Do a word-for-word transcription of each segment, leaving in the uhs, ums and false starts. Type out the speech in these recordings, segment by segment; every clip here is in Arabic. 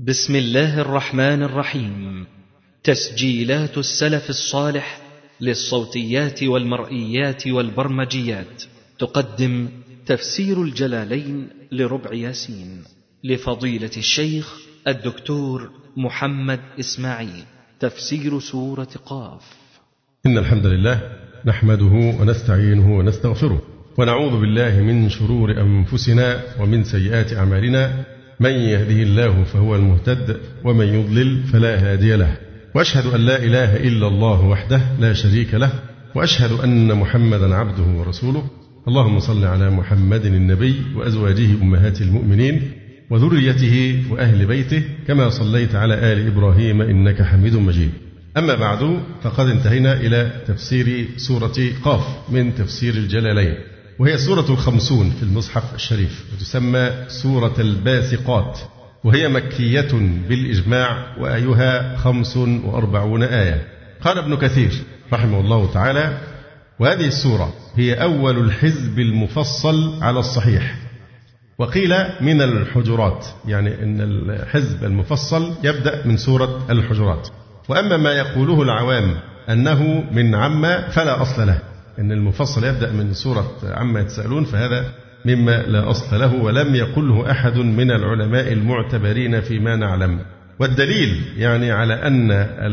بسم الله الرحمن الرحيم. تسجيلات السلف الصالح للصوتيات والمرئيات والبرمجيات تقدم تفسير الجلالين لربع ياسين لفضيلة الشيخ الدكتور محمد إسماعيل. تفسير سورة قاف. إن الحمد لله نحمده ونستعينه ونستغفره ونعوذ بالله من شرور أنفسنا ومن سيئات أعمالنا، من يهده الله فهو المهتد ومن يضلل فلا هادي له، وأشهد أن لا إله إلا الله وحده لا شريك له، وأشهد أن محمدا عبده ورسوله. اللهم صل على محمد النبي وأزواجه أمهات المؤمنين وذريته وأهل بيته كما صليت على آل إبراهيم إنك حميد مجيد. أما بعد، فقد انتهينا إلى تفسير سورة قاف من تفسير الجلالين، وهي سورة الخمسون في المصحف الشريف، وتسمى سورة الباسقات، وهي مكية بالإجماع، وآيها خمس وأربعون آية. قال ابن كثير رحمه الله تعالى: وهذه السورة هي أول الحزب المفصل على الصحيح، وقيل من الحجرات، يعني أن الحزب المفصل يبدأ من سورة الحجرات. وأما ما يقوله العوام أنه من عما فلا أصل له، أن المفصل يبدأ من سورة عما يتساءلون، فهذا مما لا أصل له، ولم يقله أحد من العلماء المعتبرين فيما نعلم. والدليل يعني على أن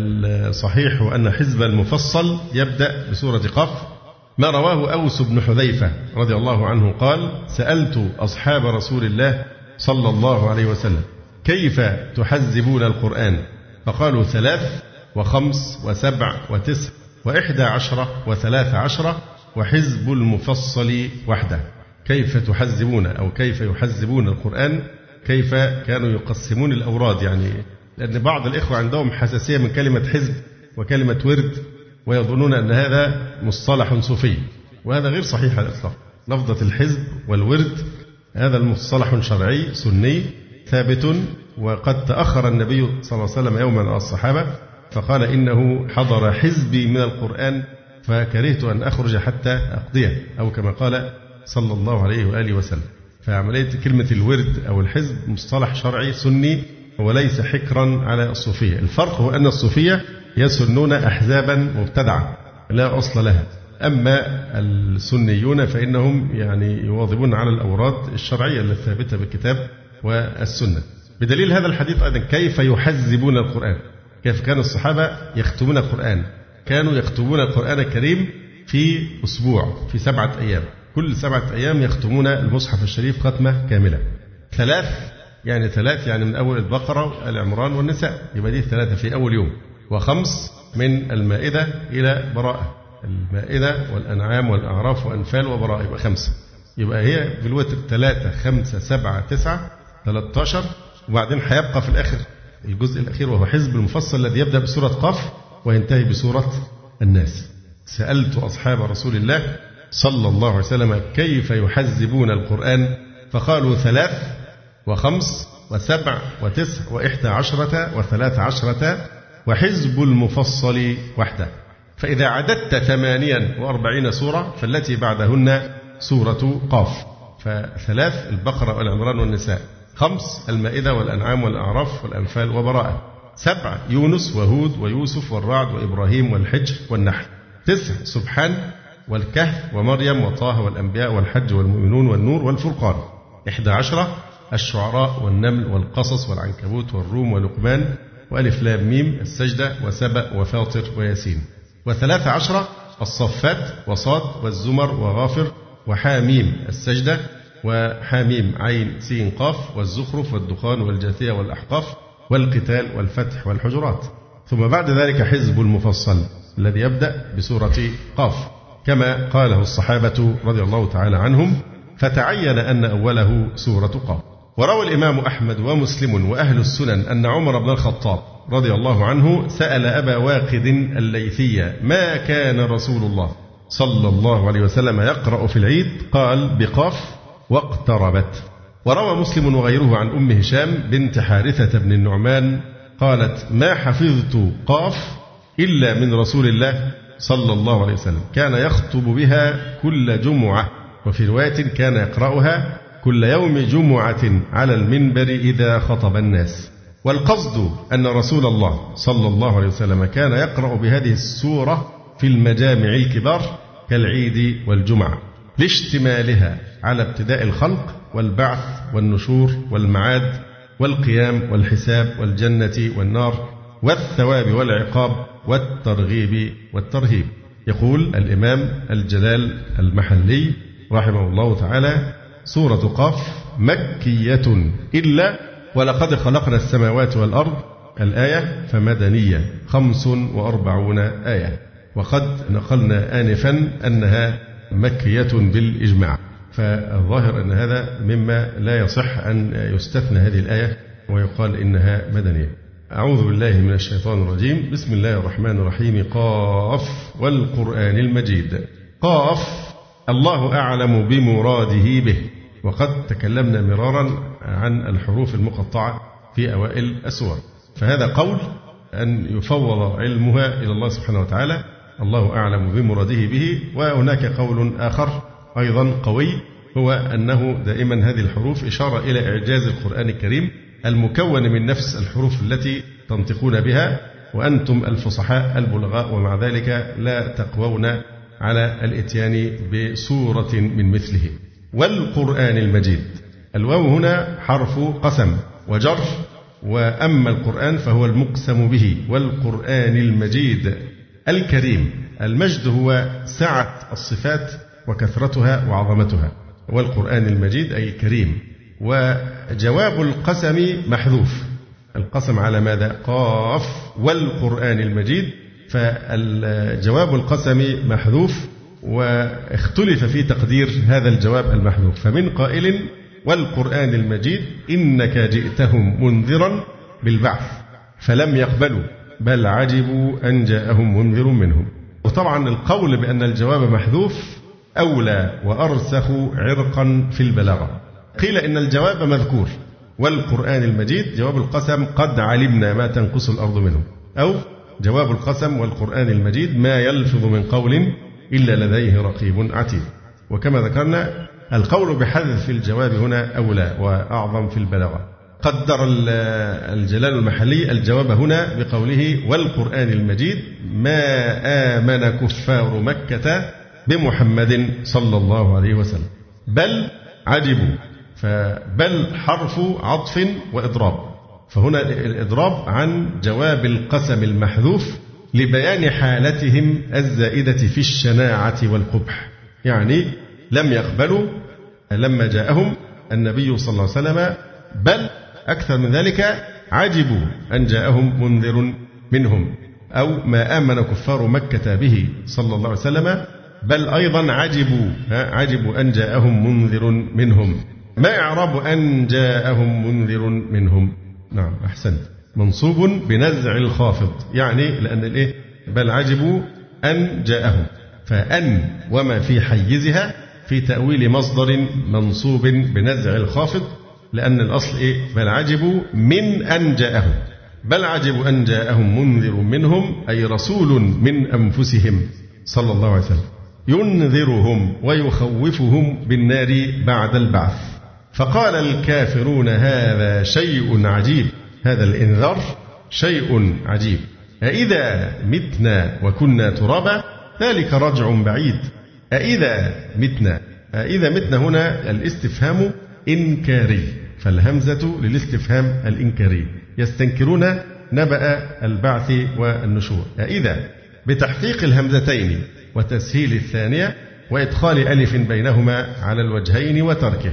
الصحيح وأن حزب المفصل يبدأ بسورة قاف ما رواه أوس بن حذيفة رضي الله عنه قال: سألت أصحاب رسول الله صلى الله عليه وسلم كيف تحزبون القرآن؟ فقالوا: ثلاث وخمس وسبع وتسع وإحدى عشرة وثلاث عشرة وحزب المفصل وحده. كيف تحزبون أو كيف يحزبون القرآن؟ كيف كانوا يقسمون الأوراد، يعني لأن بعض الإخوة عندهم حساسية من كلمة حزب وكلمة ورد، ويظنون أن هذا مصطلح صوفي، وهذا غير صحيح على الإطلاق. لفظة الحزب والورد هذا المصطلح شرعي سني ثابت، وقد تأخر النبي صلى الله عليه وسلم يوما على الصحابة فقال: إنه حضر حزبي من القرآن فكرهت أن أخرج حتى أقضيه، أو كما قال صلى الله عليه وآله وسلم. فعملية كلمة الورد أو الحزب مصطلح شرعي سني وليس حكرا على الصوفية. الفرق هو أن الصوفية يسنون أحزابا مبتدعة لا أصل لها، أما السنيون فإنهم يعني يواظبون على الأوراد الشرعية الثابتة بالكتاب والسنة. بدليل هذا الحديث أيضا كيف يحزبون القرآن، كيف كان الصحابة يختمون القرآن. كانوا يختمون القرآن الكريم في أسبوع، في سبعة أيام، كل سبعة أيام يختمون المصحف الشريف ختمة كاملة. ثلاث يعني ثلاث يعني من أول البقرة وآل عمران والنساء، يبقى دي ثلاثة في أول يوم. وخمس من المائدة إلى براءة، المائدة والأنعام والأعراف وأنفال وبراءة، يبقى خمسة. يبقى هي بالوتر ثلاثة خمسة سبعة تسعة ثلاثة عشر، وبعدين هيبقى في الآخر الجزء الأخير وهو حزب المفصل الذي يبدأ بسورة قاف وينتهي بسورة الناس. سألت أصحاب رسول الله صلى الله عليه وسلم كيف يحزبون القرآن؟ فقالوا: ثلاث وخمس وسبع وتسع وإحدى عشرة وثلاث عشرة وحزب المفصل وحده. فإذا عددت ثمانيا وأربعين سورة فالتي بعدهن سورة قاف. فثلاث البقرة والعمران والنساء، خمس المائدة والأنعام والأعراف والأنفال وبراءة، سبع يونس وهود ويوسف والرعد وإبراهيم والحجر والنحل، تسع سبحان والكهف ومريم وطه والأنبياء والحج والمؤمنون والنور والفرقان، إحدى عشرة الشعراء والنمل والقصص والعنكبوت والروم ولقمان وألف لام ميم السجدة وسبأ وفاطر وياسين، وثلاث عشرة الصفات وصاد والزمر وغافر وحاميم السجدة وحاميم عين سين قاف والزخرف والدخان والجاثية والأحقاف والقتال والفتح والحجرات. ثم بعد ذلك حزب المفصل الذي يبدأ بسورة قاف كما قاله الصحابة رضي الله تعالى عنهم، فتعين أن أوله سورة قاف. وروى الإمام أحمد ومسلم وأهل السنن أن عمر بن الخطاب رضي الله عنه سأل أبا واقد الليثي: ما كان رسول الله صلى الله عليه وسلم يقرأ في العيد؟ قال: بقاف واقتربت. وروى مسلم وغيره عن أم هشام بنت حارثة بن النعمان قالت: ما حفظت قاف إلا من رسول الله صلى الله عليه وسلم، كان يخطب بها كل جمعة، وفي رواية كان يقرأها كل يوم جمعة على المنبر إذا خطب الناس. والقصد أن رسول الله صلى الله عليه وسلم كان يقرأ بهذه السورة في المجامع الكبار كالعيد والجمعة لاشتمالها على ابتداء الخلق والبعث والنشور والمعاد والقيام والحساب والجنة والنار والثواب والعقاب والترغيب والترهيب. يقول الإمام الجلال المحلي رحمه الله تعالى: سورة قاف مكية إلا ولقد خلقنا السماوات والأرض الآية فمدنية خمس وأربعون آية، وقد نقلنا آنفا أنها مكية بالإجماع، فالظاهر أن هذا مما لا يصح أن يستثنى هذه الآية ويقال إنها مدنية. أعوذ بالله من الشيطان الرجيم. بسم الله الرحمن الرحيم. قاف والقرآن المجيد. قاف الله أعلم بمراده به، وقد تكلمنا مرارا عن الحروف المقطعة في أوائل السور، فهذا قول أن يفوض علمها إلى الله سبحانه وتعالى، الله أعلم بمراده به. وهناك قول آخر أيضا قوي، هو أنه دائما هذه الحروف إشارة إلى إعجاز القرآن الكريم المكون من نفس الحروف التي تنطقون بها، وأنتم الفصحاء البلغاء، ومع ذلك لا تقوون على الإتيان بسورة من مثله. والقرآن المجيد، الواو هنا حرف قسم وجر، وأما القرآن فهو المقسم به. والقرآن المجيد الكريم، المجد هو سعة الصفات وكثرتها وعظمتها، والقرآن المجيد أي كريم. وجواب القسم محذوف، القسم على ماذا؟ قاف والقرآن المجيد، فالجواب القسم محذوف، واختلف في تقدير هذا الجواب المحذوف، فمن قائل والقرآن المجيد إنك جئتهم منذرا بالبعث فلم يقبلوا بل عجبوا أن جاءهم منذر منهم. وطبعا القول بأن الجواب محذوف أولى وأرسخ عرقا في البلاغة. قيل إن الجواب مذكور، والقرآن المجيد جواب القسم قد علمنا ما تنقص الأرض منه، أو جواب القسم والقرآن المجيد ما يلفظ من قول إلا لديه رقيب عتيد. وكما ذكرنا القول بحذف الجواب هنا أولى وأعظم في البلاغة. قدر الجلال المحلي الجواب هنا بقوله والقرآن المجيد ما آمن كفار مكة بمحمد صلى الله عليه وسلم بل عجبوا، فبل حرف عطف وإضراب، فهنا الإضراب عن جواب القسم المحذوف لبيان حالتهم الزائدة في الشناعة والقبح، يعني لم يقبلوا لما جاءهم النبي صلى الله عليه وسلم، بل أكثر من ذلك عجبوا أن جاءهم منذر منهم، أو ما آمن كفار مكة به صلى الله عليه وسلم بل أيضا عجبوا عجبوا أن جاءهم منذر منهم. ما إعراب أن جاءهم منذر منهم؟ نعم أحسنت، منصوب بنزع الخافض، يعني لأن الإيه بل عجبوا أن جاءهم، فأن وما في حيزها في تأويل مصدر منصوب بنزع الخافض، لأن الأصل إيه بل عجبوا من أن جاءهم، بل عجبوا أن جاءهم منذر منهم أي رسول من أنفسهم صلى الله عليه وسلم ينذرهم ويخوفهم بالنار بعد البعث. فقال الكافرون هذا شيء عجيب، هذا الإنذار شيء عجيب، أإذا متنا وكنا ترابا ذلك رجع بعيد. أإذا متنا، أإذا متنا هنا الاستفهام إنكاري، فالهمزة للاستفهام الإنكاري، يستنكرون نبأ البعث والنشور. أإذا بتحقيق الهمزتين وتسهيل الثانية وإدخال ألف بينهما على الوجهين وتركه.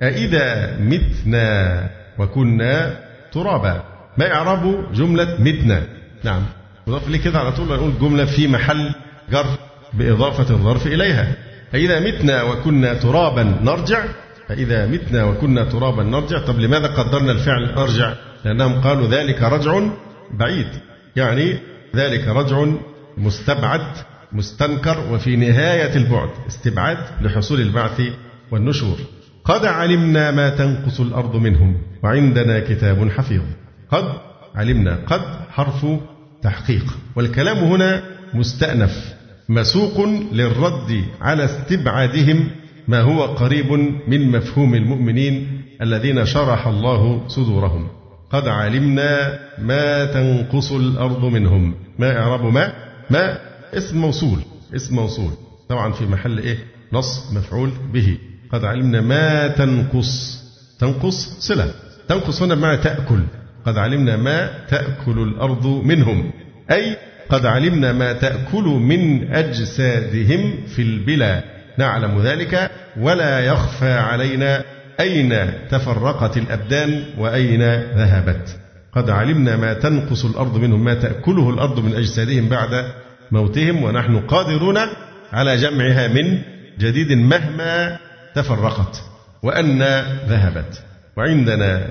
أإذا متنا وكنا ترابا، ما إعراب جملة متنا؟ نعم نضاف لي كده على طول نقول جملة في محل جر بإضافة الظرف إليها. أإذا متنا وكنا ترابا نرجع، أإذا متنا وكنا ترابا نرجع. طب لماذا قدرنا الفعل أرجع؟ لأنهم قالوا ذلك رجع بعيد، يعني ذلك رجع مستبعد مستنكر وفي نهاية البعد، استبعاد لحصول البعث والنشور. قد علمنا ما تنقص الأرض منهم وعندنا كتاب حفيظ. قد علمنا، قد حرف تحقيق، والكلام هنا مستأنف مسوق للرد على استبعادهم ما هو قريب من مفهوم المؤمنين الذين شرح الله صدورهم. قد علمنا ما تنقص الأرض منهم. ما إعراب ما؟ ما اسم موصول، اسم موصول طبعا في محل إيه؟ نصب مفعول به. قد علمنا ما تنقص، تنقص صلة، تنقص هنا بمعنى تأكل. قد علمنا ما تأكل الأرض منهم، أي قد علمنا ما تأكل من أجسادهم في البلا، نعلم ذلك ولا يخفى علينا أين تفرقت الأبدان وأين ذهبت. قد علمنا ما تنقص الأرض منهم، ما تأكله الأرض من أجسادهم بعد موتهم، ونحن قادرون على جمعها من جديد مهما تفرقت وأن ذهبت. وعندنا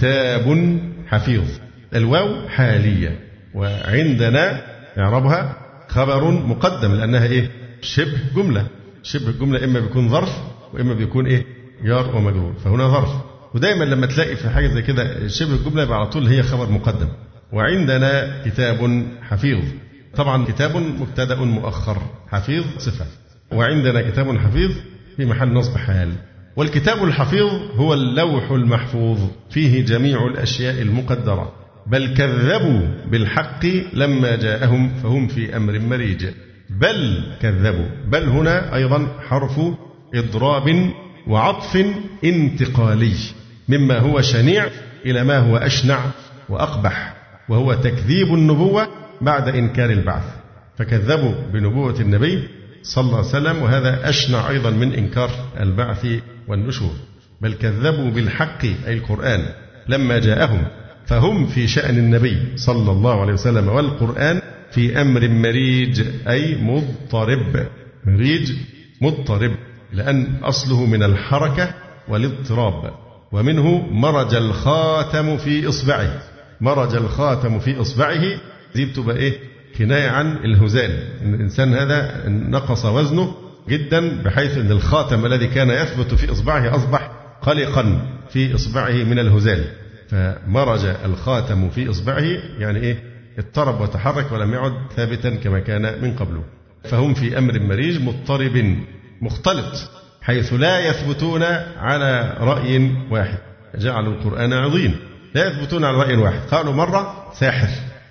كتاب حفيظ، الواو حالية، وعندنا إعرابها خبر مقدم لأنها إيه؟ شبه جملة. شبه الجملة إما بيكون ظرف وإما بيكون إيه؟ جار ومجرور، فهنا ظرف. ودايما لما تلاقي في حاجة زي كده شبه الجملة يبقى على طول هي خبر مقدم. وعندنا كتاب حفيظ، طبعا كتاب مبتدأ مؤخر، حفيظ صفة. وعندنا كتاب حفيظ في محل نصب حال. والكتاب الحفيظ هو اللوح المحفوظ فيه جميع الأشياء المقدرة. بل كذبوا بالحق لما جاءهم فهم في أمر مريج. بل كذبوا، بل هنا أيضا حرف إضراب وعطف انتقالي مما هو شنيع إلى ما هو أشنع وأقبح، وهو تكذيب النبوة بعد إنكار البعث. فكذبوا بنبوة النبي صلى الله عليه وسلم، وهذا أشنع أيضا من إنكار البعث والنشور. بل كذبوا بالحق أي القرآن لما جاءهم فهم في شأن النبي صلى الله عليه وسلم والقرآن في أمر مريج، أي مضطرب. مريج مضطرب لأن أصله من الحركة والاضطراب، ومنه مرج الخاتم في إصبعه. مرج الخاتم في إصبعه دي بتبقى إيه؟ كناية عن الهزال، إن الإنسان هذا نقص وزنه جدا بحيث أن الخاتم الذي كان يثبت في إصبعه أصبح قلقا في إصبعه من الهزال. فمرج الخاتم في إصبعه يعني إيه؟ اضطرب وتحرك ولم يعد ثابتا كما كان من قبله. فهم في أمر مريج مضطرب مختلط، حيث لا يثبتون على رأي واحد. جعلوا القرآن عظيم، لا يثبتون على رأي واحد. قالوا مرة ساحر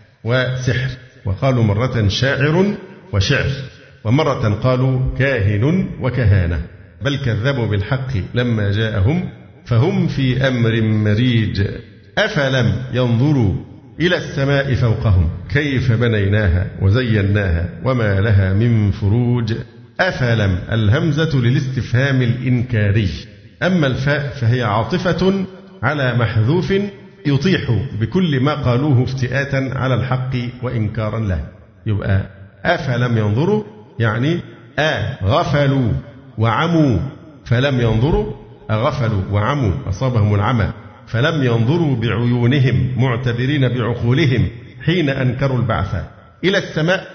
وسحر، وقالوا مرة شاعر وشعر، ومرة قالوا كاهن وكهانة. بل كذبوا بالحق لما جاءهم فهم في أمر مريج. أفلم ينظروا إلى السماء فوقهم كيف بنيناها وزيناها وما لها من فروج. أفلم الهمزة للاستفهام الإنكاري، أما الفاء فهي عاطفة على محذوف يطيح بكل ما قالوه افتئاتا على الحق وإنكارا له. يبقى أفلم ينظروا يعني أغفلوا وعموا فلم ينظروا، أغفلوا وعموا أصابهم العمى فلم ينظروا بعيونهم معتبرين بعقولهم حين أنكروا البعث إلى السماء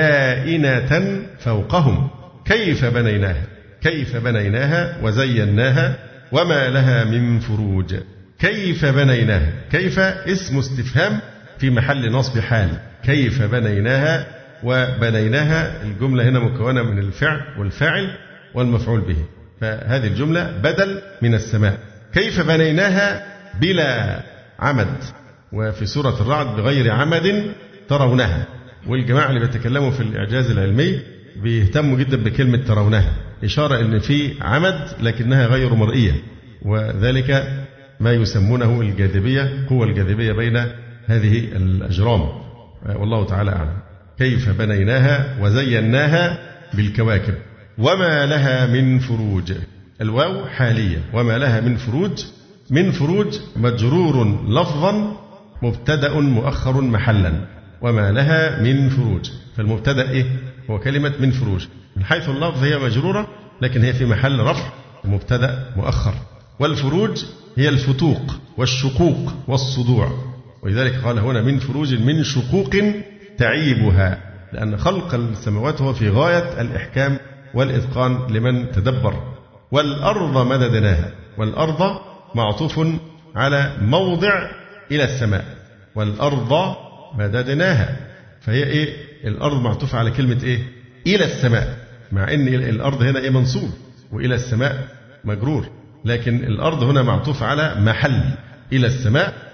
كائنة فوقهم كيف بنيناها كيف بنيناها وزيناها وما لها من فروج. كيف بنيناها، كيف اسم استفهام في محل نصب حال. كيف بنيناها، وبنيناها الجملة هنا مكونة من الفعل والفاعل والمفعول به، فهذه الجملة بدل من السماء. كيف بنيناها بلا عمد، وفي سورة الرعد بغير عمد ترونها. والجماعة اللي بيتكلموا في الإعجاز العلمي بيهتموا جدا بكلمة ترونها، إشارة أن في عمد لكنها غير مرئية، وذلك ما يسمونه الجاذبية، قوة الجاذبية بين هذه الأجرام، والله تعالى أعلم. كيف بنيناها وزيناها بالكواكب وما لها من فروج. الواو حالية، وما لها من فروج. من فروج مجرور لفظا مبتدأ مؤخر محلا، وما لها من فروج. فالمبتدأ إيه؟ هو كلمة من فروج، من حيث اللفظ هي مجرورة لكن هي في محل رفع مبتدأ مؤخر. والفروج هي الفتوق والشقوق والصدوع، ولذلك قال هنا من فروج من شقوق تعيبها، لأن خلق السماوات هو في غاية الإحكام والإتقان لمن تدبر. والأرض مددناها، والأرض معطوف على موضع إلى السماء، والأرض مددناها، فهي إيه؟ الأرض معطوف على كلمة إيه؟ إلى السماء، مع أن الأرض هنا إيه؟ منصوب، وإلى السماء مجرور، لكن الأرض هنا معطوف على محل إلى السماء،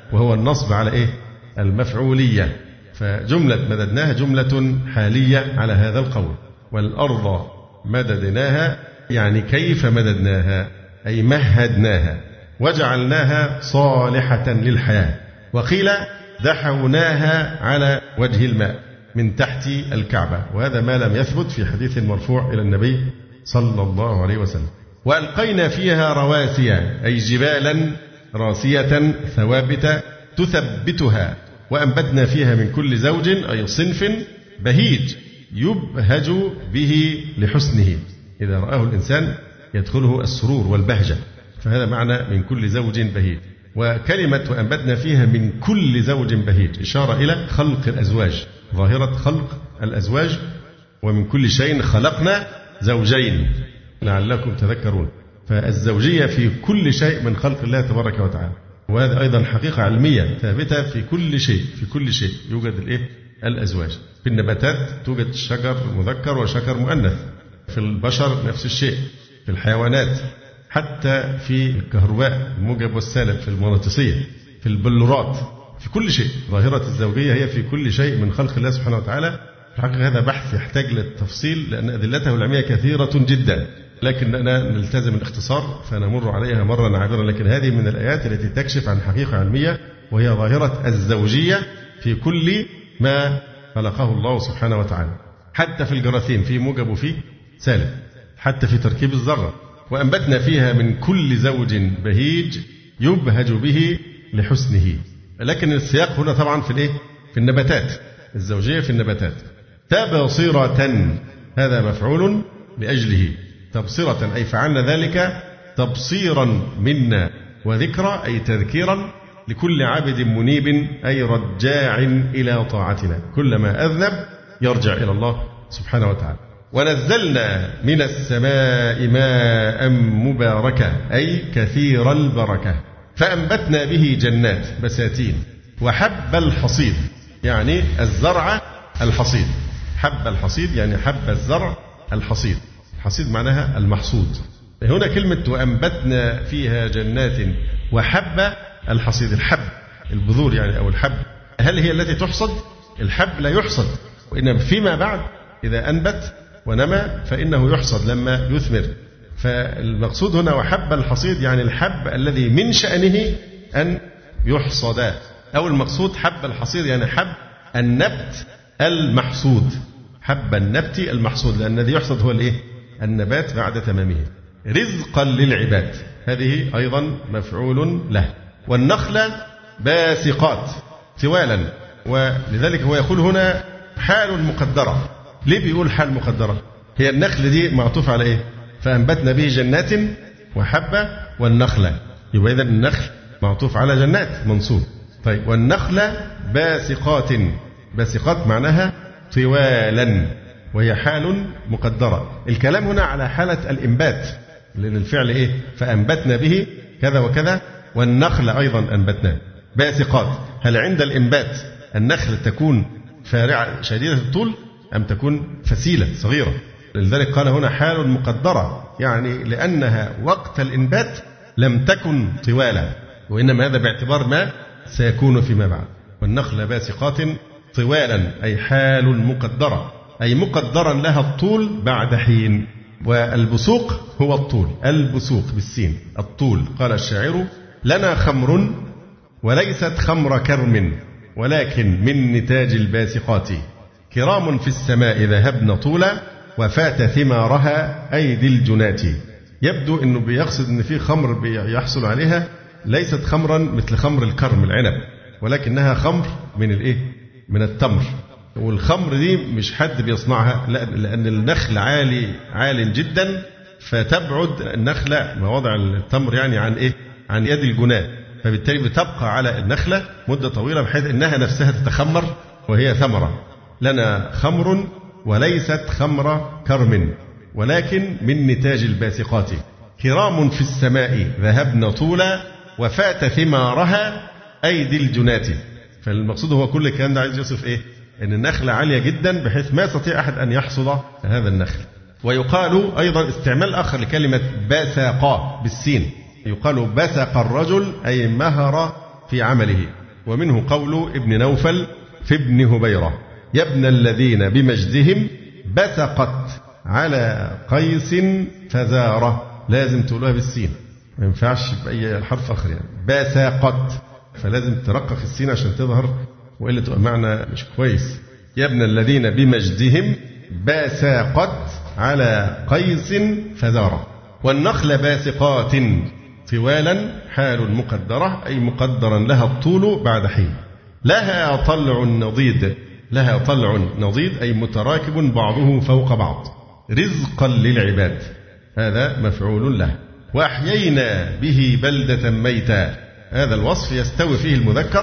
وهو النصب على إيه؟ المفعولية. فجملة مددناها جملة حالية على هذا القول. والأرض مددناها يعني كيف مددناها، أي مهدناها وجعلناها صالحة للحياة. وقيل دحوناها على وجه الماء من تحت الكعبة، وهذا ما لم يثبت في حديث مرفوع إلى النبي صلى الله عليه وسلم. وألقينا فيها رواسي أي جبالا راسية ثوابت تثبتها، وأنبتنا فيها من كل زوج أي صنف بهيج يبهج به لحسنه، إذا رآه الإنسان يدخله السرور والبهجة، فهذا معنى من كل زوج بهيج. وكلمة وأنبتنا فيها من كل زوج بهيج إشارة إلى خلق الأزواج، ظاهرة خلق الأزواج. ومن كل شيء خلقنا زوجين لعلكم تذكرون. فالزوجية في كل شيء من خلق الله تبارك وتعالى، وهذا أيضا حقيقة علمية ثابتة في كل شيء. في كل شيء يوجد الإيه؟ الأزواج. في النباتات توجد شجر مذكر وشجر مؤنث، في البشر نفس الشيء، في الحيوانات، حتى في الكهرباء الموجب والسالب، في المغناطيسية، في البلورات، في كل شيء. ظاهرة الزوجية هي في كل شيء من خلق الله سبحانه وتعالى. في الحقيقة هذا بحث يحتاج للتفصيل لأن أدلته العلمية كثيرة جدا، لكننا نلتزم الاختصار فنمر عليها مرة عابرة. لكن هذه من الآيات التي تكشف عن حقيقة علمية، وهي ظاهرة الزوجية في كل ما خلقه الله سبحانه وتعالى، حتى في الجراثيم في موجب وفي سالب، حتى في تركيب الذرة. وأنبتنا فيها من كل زوج بهيج يبهج به لحسنه. لكن السياق هنا طبعا في الايه؟ في النباتات، الزوجية في النباتات. تبصرة هذا مفعول لأجله، تبصرة أي فعلنا ذلك تبصيرا منا، وذكرى أي تذكيرا لكل عبد منيب أي رجاع إلى طاعتنا، كلما أذنب يرجع إلى الله سبحانه وتعالى. ونزلنا من السماء ماء مباركا أي كثير البركة، فأنبتنا به جنات بساتين وحب الحصيد يعني الزرع الحصيد. حب الحصيد يعني حب الزرع الحصيد، الحصيد معناها المحصود. هنا كلمة وأنبتنا فيها جنات وحب الحصيد، الحب البذور يعني أو الحب، هل هي التي تحصد؟ الحب لا يحصد، وإنما فيما بعد إذا أنبت ونمى فإنه يحصد لما يثمر. فالمقصود هنا وحب الحصيد يعني الحب الذي من شأنه أن يحصد، أو المقصود حب الحصيد يعني حب النبت المحصود، حب النبت المحصود، لأن الذي يحصد هو الإيه؟ النبات بعد تمامه. رزقا للعباد هذه أيضا مفعول له. والنخل باسقات طوالا، ولذلك هو يقول هنا حال مقدرة. ليه بيقول حال مقدرة؟ هي النخل دي معطوف على إيه؟ فأنبتنا به جنات وحب والنخل، يبقى إذن النخل معطوف على جنات منصوب. طيب والنخل باسقات، باسقات معناها طوالا، وهي حال مقدرة. الكلام هنا على حالة الإنبات، لأن الفعل إيه؟ فأنبتنا به كذا وكذا، والنخل أيضا أنبتنا باسقات. هل عند الإنبات النخل تكون فارعة شديدة الطول أم تكون فسيلة صغيرة؟ لذلك قال هنا حال مقدرة، يعني لأنها وقت الإنبات لم تكن طوالا، وإنما هذا باعتبار ما سيكون فيما بعد. والنخل باسقات طوالا أي حال مقدرة، أي مقدرا لها الطول بعد حين. والبسوق هو الطول، البسوق بالسين الطول. قال الشاعر لنا خمر وليست خمر كرم ولكن من نتاج الباسقات، كرام في السماء ذهبن طولا وفات ثمارها أيدي الجنات. يبدو أنه بيقصد أن في خمر بيحصل عليها ليست خمرا مثل خمر الكرم العنب، ولكنها خمر من الإيه؟ من التمر. والخمر دي مش حد بيصنعها، لا، لأن النخل عالي عال جدا، فتبعد النخلة مواضع التمر يعني عن إيه؟ عن يد الجنات، فبالتالي بتبقى على النخلة مدة طويلة بحيث أنها نفسها تتخمر وهي ثمرة. لنا خمر وليست خمر كرم ولكن من نتاج الباسقات، كرام في السماء ذهبن طولا وفات ثمارها أيدي الجنات. فالمقصود هو كل الكلام ده عايز يوصف إيه؟ أن النخلة عالية جدا بحيث ما يستطيع أحد أن يحصد هذا النخل. ويقال أيضا استعمال آخر لكلمة باسقا بالسين، يقال بسق الرجل أي مهر في عمله، ومنه قول ابن نوفل في ابن هبيرة: يا ابن الذين بمجدهم بثقت على قيس فزارة. لازم تقولها بالسين، ما ينفعش بأي حرف آخر يعني. بثقت، فلازم ترقق السين عشان تظهر، وإلا تبقى معنى مش كويس. يا ابن الذين بمجدهم بثقت على قيس فزارة. والنخل باسقات طوالا حال مقدرة، أي مقدرا لها الطول بعد حين. لها طلع نضيد، لها طلع نضيد أي متراكب بعضه فوق بعض. رزقا للعباد، هذا مفعول له. وأحيينا به بلدة ميتا، هذا الوصف يستوي فيه المذكر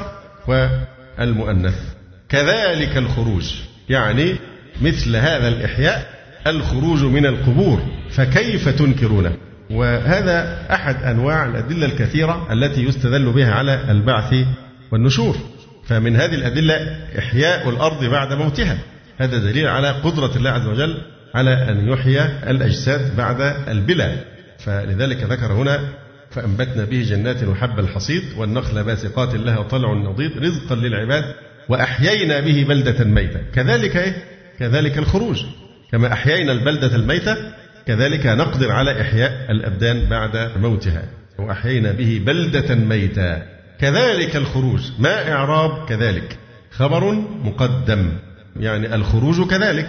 والمؤنث. كذلك الخروج، يعني مثل هذا الإحياء الخروج من القبور، فكيف تنكرونه. وهذا أحد أنواع الأدلة الكثيرة التي يستدل بها على البعث والنشور. فمن هذه الأدلة إحياء الأرض بعد موتها، هذا دليل على قدرة الله عز وجل على أن يحيي الأجساد بعد البلى. فلذلك ذكر هنا: فأنبتنا به جنات وحب الحصيد والنخل باسقات لها طلع نضيد رزقا للعباد وأحيينا به بلدة ميتة. كذلك إيه؟ كذلك الخروج، كما أحيينا البلدة الميتة كذلك نقدر على إحياء الأبدان بعد موتها. وأحيينا به بلدة ميتة. كذلك الخروج، ما إعراب كذلك؟ خبر مقدم، يعني الخروج كذلك،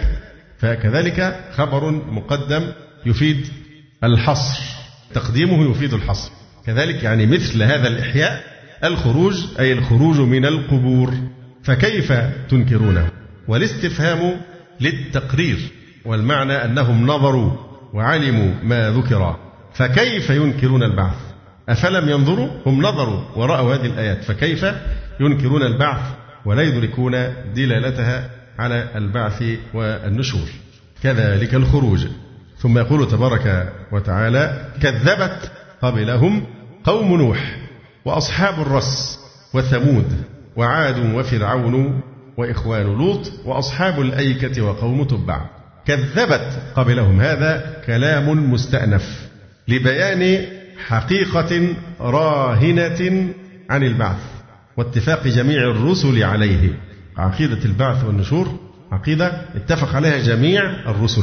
فكذلك خبر مقدم يفيد الحصر، تقديمه يفيد الحصر. كذلك يعني مثل هذا الإحياء الخروج، أي الخروج من القبور، فكيف تنكرونه. والاستفهام للتقرير، والمعنى أنهم نظروا وعلموا ما ذكر، فكيف ينكرون البعث؟ أفلم ينظروا؟ هم نظروا ورأوا هذه الآيات، فكيف ينكرون البعث ولا يدركون دلالتها على البعث والنشور. كذلك الخروج. ثم يقول تبارك وتعالى: كذبت قبلهم قوم نوح وأصحاب الرس وثمود وعاد وفرعون وإخوان لوط وأصحاب الأيكة وقوم تبع. كذبت قبلهم، هذا كلام مستأنف لبيان حقيقة راهنة عن البعث واتفاق جميع الرسل عليه. عقيدة البعث والنشور عقيدة اتفق عليها جميع الرسل،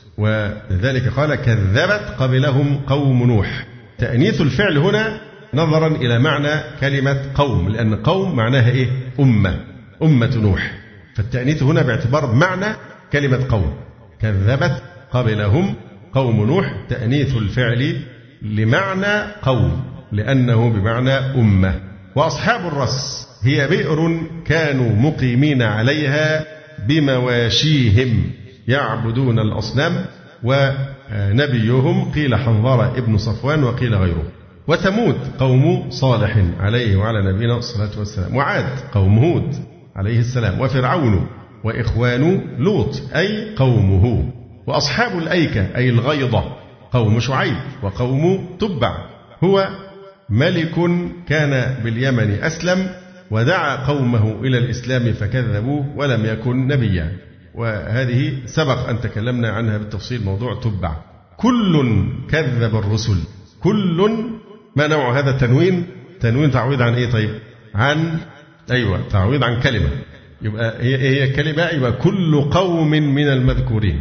ولذلك قال: كذبت قبلهم قوم نوح. تأنيث الفعل هنا نظرا إلى معنى كلمة قوم، لأن قوم معناها إيه؟ أمة، أمة نوح، فالتأنيث هنا باعتبار معنى كلمة قوم. كذبت قبلهم قوم نوح، تأنيث الفعل لمعنى قوم لأنه بمعنى أمة. وأصحاب الرس هي بئر كانوا مقيمين عليها بمواشيهم يعبدون الأصنام، ونبيهم قيل حنظلة ابن صفوان وقيل غيره. وثمود قوم صالح عليه وعلى نبينا الصلاة والسلام. وعاد قوم هود عليه السلام. وفرعون وإخوان لوط أي قومه. وأصحاب الأيكة أي الغيضة قوم شعيب وقوم تبع. هو ملك كان باليمن أسلم ودعا قومه إلى الإسلام فكذبوه ولم يكن نبيا، وهذه سبق أن تكلمنا عنها بالتفصيل، موضوع تبع. كل كذب الرسل. كل، ما نوع هذا التنوين؟ تنوين تعويض عن إيه طيب؟ عن أيوة تعويض عن كلمة، يبقى هي هي كلمة، يبقى كل قوم من المذكورين،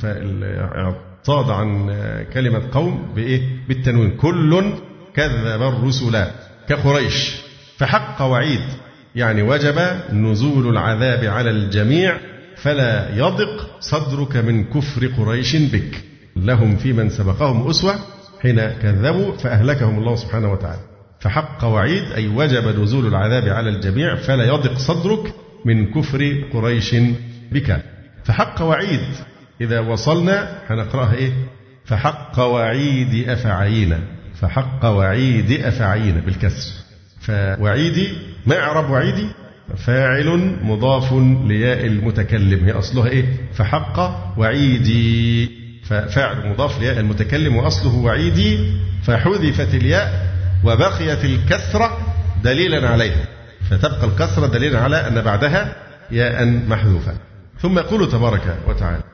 فاعتاض عن كلمة قوم بإيه؟ بالتنوين. كل كذب الرسل كقريش، فحق وعيد يعني وجب نزول العذاب على الجميع، فلا يضق صدرك من كفر قريش بك. لهم في من سبقهم أسوة حين كذبوا فأهلكهم الله سبحانه وتعالى. فحق وعيد أي وجب نزول العذاب على الجميع، فلا يضق صدرك من كفر قريش بك. فحق وعيد إذا وصلنا هنقرأها إيه؟ فحق وعيد أفعينا. فحق وعيد أفعينا بالكسر. فوعيدي ما إعراب وعيدي؟ فاعل مضاف لياء المتكلم، هي أصلها إيه؟ فحق وعيدي، ففاعل مضاف لياء المتكلم وأصله وعيدي، فحذفت الياء وبقيت الكسرة دليلا عليها، فتبقى الكسرة دليلا على أن بعدها ياء محذوفة. ثم يقول تبارك وتعالى: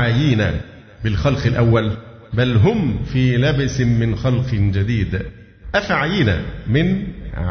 أفعينا بالخلق الأول بل هم في لبس من خلق جديد. أفعينا من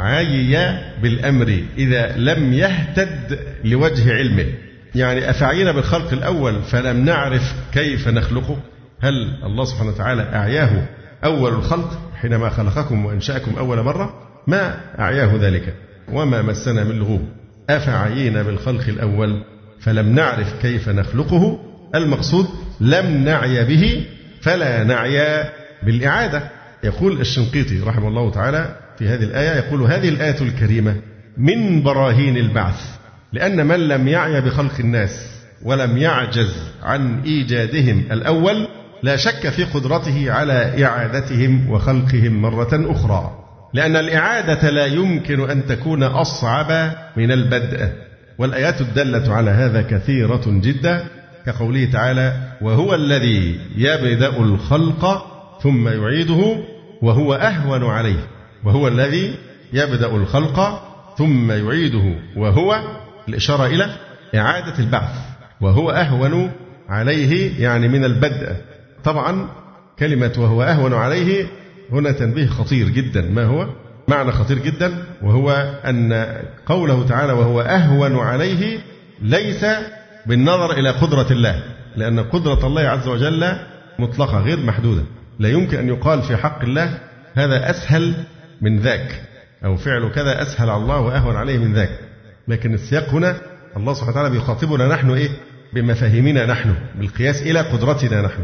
عايي بالأمر إذا لم يهتد لوجه علمه، يعني أفعينا بالخلق الأول فلم نعرف كيف نخلقه. هل الله سبحانه وتعالى أعياه أول الخلق حينما خلقكم وأنشأكم أول مرة؟ ما أعياه ذلك، وما مسنا من لغوب. أفعينا بالخلق الأول فلم نعرف كيف نخلقه، المقصود لم نعي به فلا نعي بالإعادة. يقول الشنقيطي رحمه الله تعالى في هذه الآية، يقول: هذه الآية الكريمة من براهين البعث، لأن من لم يعي بخلق الناس ولم يعجز عن إيجادهم الأول لا شك في قدرته على إعادتهم وخلقهم مرة أخرى، لأن الإعادة لا يمكن أن تكون أصعب من البدء. والآيات الدالة على هذا كثيرة جدا، كقوله تعالى: وهو الذي يبدأ الخلق ثم يعيده وهو أهون عليه. وهو الذي يبدأ الخلق ثم يعيده وهو، الإشارة إلى إعادة البعث، وهو أهون عليه يعني من البدء. طبعا كلمة وهو أهون عليه هنا تنبيه خطير جدا. ما هو؟ معنى خطير جدا، وهو أن قوله تعالى وهو أهون عليه ليس بالنظر إلى قدرة الله، لأن قدرة الله عز وجل مطلقة غير محدودة، لا يمكن أن يقال في حق الله هذا أسهل من ذاك، أو فعل كذا أسهل على الله وأهون عليه من ذاك. لكن السياق هنا الله سبحانه وتعالى بيخاطبنا نحن إيه؟ بمفاهيمنا نحن، بالقياس إلى قدرتنا نحن.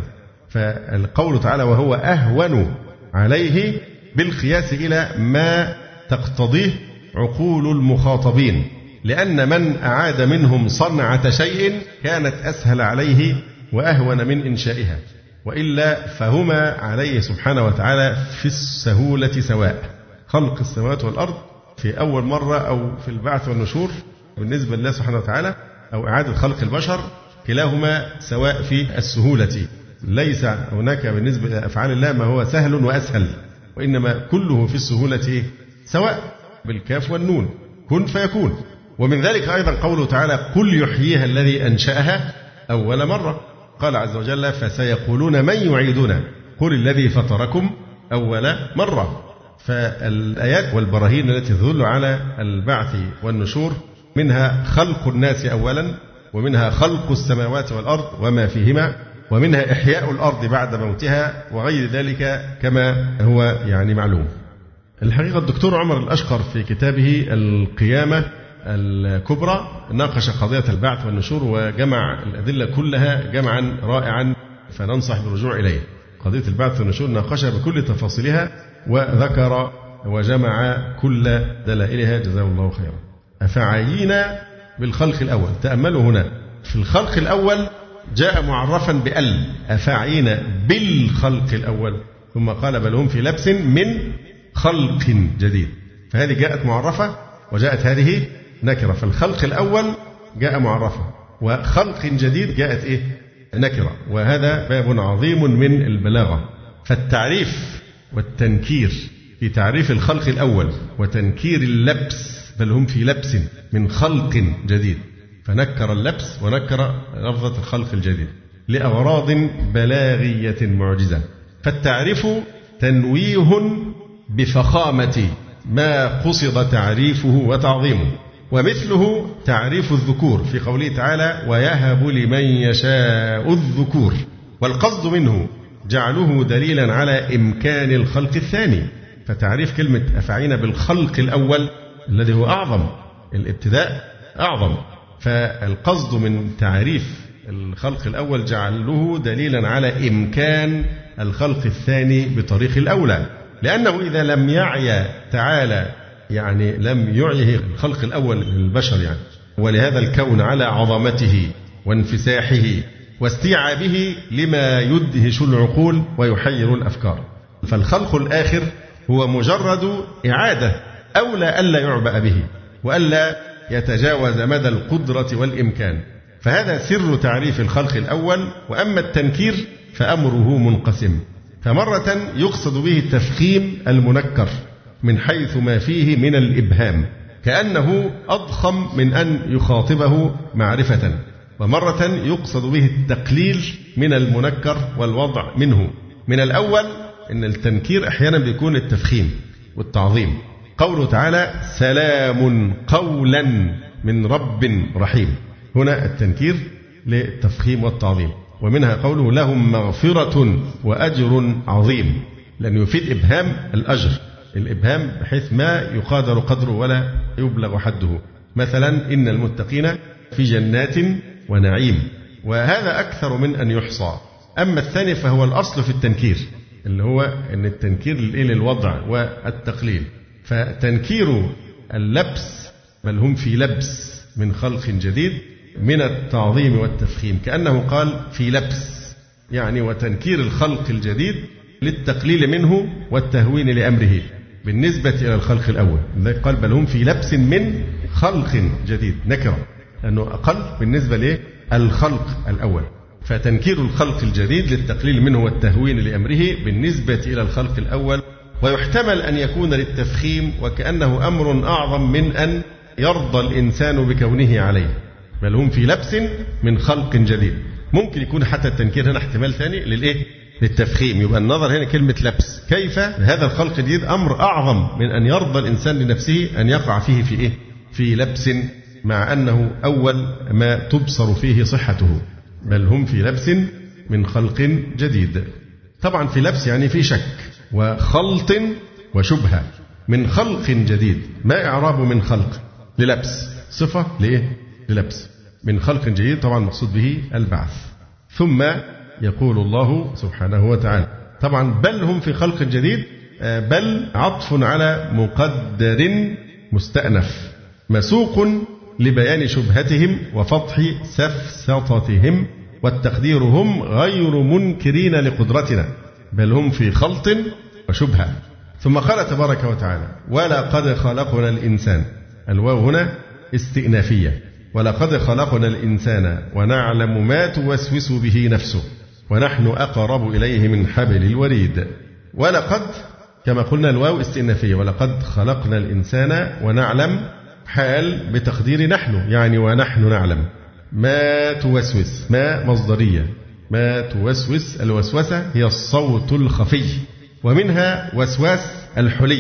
فالقول تعالى وهو أهون عليه بالقياس إلى ما تقتضيه عقول المخاطبين، لأن من أعاد منهم صنعة شيء كانت أسهل عليه وأهون من إنشائها، وإلا فهما عليه سبحانه وتعالى في السهولة سواء. خلق السماوات والأرض في أول مرة أو في البعث والنشور بالنسبة لله سبحانه وتعالى، أو إعادة خلق البشر، كلاهما سواء في السهولة. ليس هناك بالنسبة إلى أفعال الله ما هو سهل وأسهل، وإنما كله في السهولة سواء، بالكاف والنون، كن فيكون. ومن ذلك أيضا قوله تعالى قل يحييها الذي أنشأها أول مرة. قال عز وجل فسيقولون من يعيدنا قل الذي فطركم أول مرة. فالآيات والبراهين التي تدل على البعث والنشور منها خلق الناس أولا، ومنها خلق السماوات والأرض وما فيهما، ومنها إحياء الأرض بعد موتها، وغير ذلك كما هو يعني معلوم. الحقيقة الدكتور عمر الأشقر في كتابه القيامة الكبرى ناقش قضية البعث والنشور وجمع الأدلة كلها جمعا رائعا، فننصح بالرجوع إليه. قضية البعث والنشور ناقشها بكل تفاصيلها وذكر وجمع كل دلائلها، جزاه الله خيرا. أفعينا بالخلق الأول، تأملوا هنا في الخلق الأول جاء معرفا بأل، أفعينا بالخلق الأول، ثم قال بل هم في لبس من خلق جديد. فهذه جاءت معرفة وجاءت هذه نكرة. فالخلق الأول جاء معرفة، وخلق جديد جاءت إيه؟ نكرة. وهذا باب عظيم من البلاغة. فالتعريف والتنكير في تعريف الخلق الأول وتنكير اللبس، بل هم في لبس من خلق جديد، فنكر اللبس ونكر لفظة الخلق الجديد لأغراض بلاغية معجزة. فالتعريف تنويه بفخامة ما قصد تعريفه وتعظيمه، ومثله تعريف الذكور في قوله تعالى ويهب لمن يشاء الذكور، والقصد منه جعله دليلا على إمكان الخلق الثاني. فتعريف كلمة أفعينا بالخلق الأول الذي هو أعظم، الابتداء أعظم، فالقصد من تعريف الخلق الأول جعله دليلا على إمكان الخلق الثاني بطريق الأولى، لأنه إذا لم يعي تعالى يعني لم يعيه الخلق الأول للبشر يعني ولهذا الكون على عظمته وانفساحه واستيعابه لما يدهش العقول ويحير الأفكار. فالخلق الآخر هو مجرد إعادة، أولى ألا يعبأ به وألا يتجاوز مدى القدرة والإمكان. فهذا سر تعريف الخلق الأول. وأما التنكير فأمره منقسم، فمرة يقصد به التفخيم المنكر من حيث ما فيه من الإبهام كأنه أضخم من أن يخاطبه معرفة، ومرة يقصد به التقليل من المنكر والوضع منه. من الأول إن التنكير أحيانا بيكون التفخيم، والتعظيم. قوله تعالى سلام قولا من رب رحيم، هنا التنكير للتفخيم والتعظيم. ومنها قوله لهم مغفرة وأجر عظيم، لأنه يفيد إبهام الأجر، الإبهام بحيث ما يقادر قدره ولا يبلغ حده. مثلا إن المتقين في جنات ونعيم، وهذا أكثر من أن يحصى. أما الثاني فهو الأصل في التنكير، اللي هو أن التنكير للوضع والتقليل. فتنكير اللبس بل هم في لبس من خلق جديد من التعظيم والتفخيم، كأنه قال في لبس يعني، وتنكير الخلق الجديد للتقليل منه والتهوين لأمره بالنسبة إلى الخلق الأول. لذلك قال بل هم في لبس من خلق جديد، نكرة لأنه أقل بالنسبة للخلق الأول. فتنكير الخلق الجديد للتقليل منه والتهوين لأمره بالنسبة إلى الخلق الأول. ويحتمل أن يكون للتفخيم وكأنه أمر أعظم من أن يرضى الإنسان بكونه عليه، بل هم في لبس من خلق جديد. ممكن يكون حتى التنكير هنا احتمال ثاني للإيه؟ للتفخيم. يبقى النظر هنا كلمة لبس، كيف هذا الخلق الجديد أمر أعظم من أن يرضى الإنسان لنفسه أن يقع فيه في إيه؟ في لبس، مع أنه أول ما تبصر فيه صحته. بل هم في لبس من خلق جديد. طبعا في لبس يعني في شك وخلط وشبهة. من خلق جديد، ما إعراب من خلق؟ للبس، صفة لإيه؟ للبس. من خلق جديد طبعا مقصود به البعث. ثم يقول الله سبحانه وتعالى طبعا بل هم في خلق جديد، بل عطف على مقدر مستأنف مسوق لبيان شبهتهم وفضح سفسطتهم، والتقدير هم غير منكرين لقدرتنا، بل هم في خلط وشبهة. ثم قال تبارك وتعالى ولقد خلقنا الإنسان، الواو هنا استئنافية، ولقد خلقنا الإنسان ونعلم ما توسوس به نفسه ونحن أقرب إليه من حبل الوريد. ولقد كما قلنا الواو استئنافية، ولقد خلقنا الإنسان ونعلم حال بتقدير نحن، يعني ونحن نعلم ما توسوس، ما مصدرية، ما توسوس، الوسوسة هي الصوت الخفي، ومنها وسواس الحلي،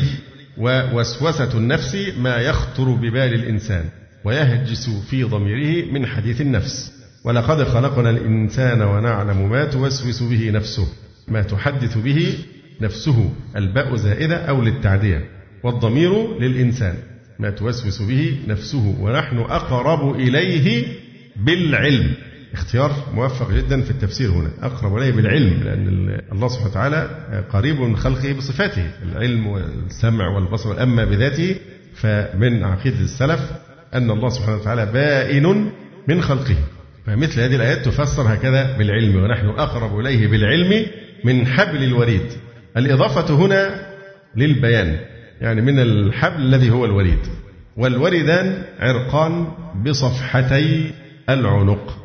ووسوسة النفس ما يخطر ببال الإنسان ويهجس في ضميره من حديث النفس. ولقد خلقنا الإنسان ونعلم ما توسوس به نفسه، ما تحدث به نفسه، الباء زائدة أو للتعدية، والضمير للإنسان، ما توسوس به نفسه، ونحن أقرب إليه بالعلم. اختيار موفق جدا في التفسير هنا، أقرب إليه بالعلم، لأن الله سبحانه وتعالى قريب من خلقه بصفاته، العلم والسمع والبصر. أما بذاته فمن عقيدة السلف أن الله سبحانه وتعالى بائن من خلقه، فمثل هذه الآيات تفسر هكذا بالعلم، ونحن أقرب إليه بالعلم من حبل الوريد. الإضافة هنا للبيان، يعني من الحبل الذي هو الوريد. والوردان عرقان بصفحتي العنق،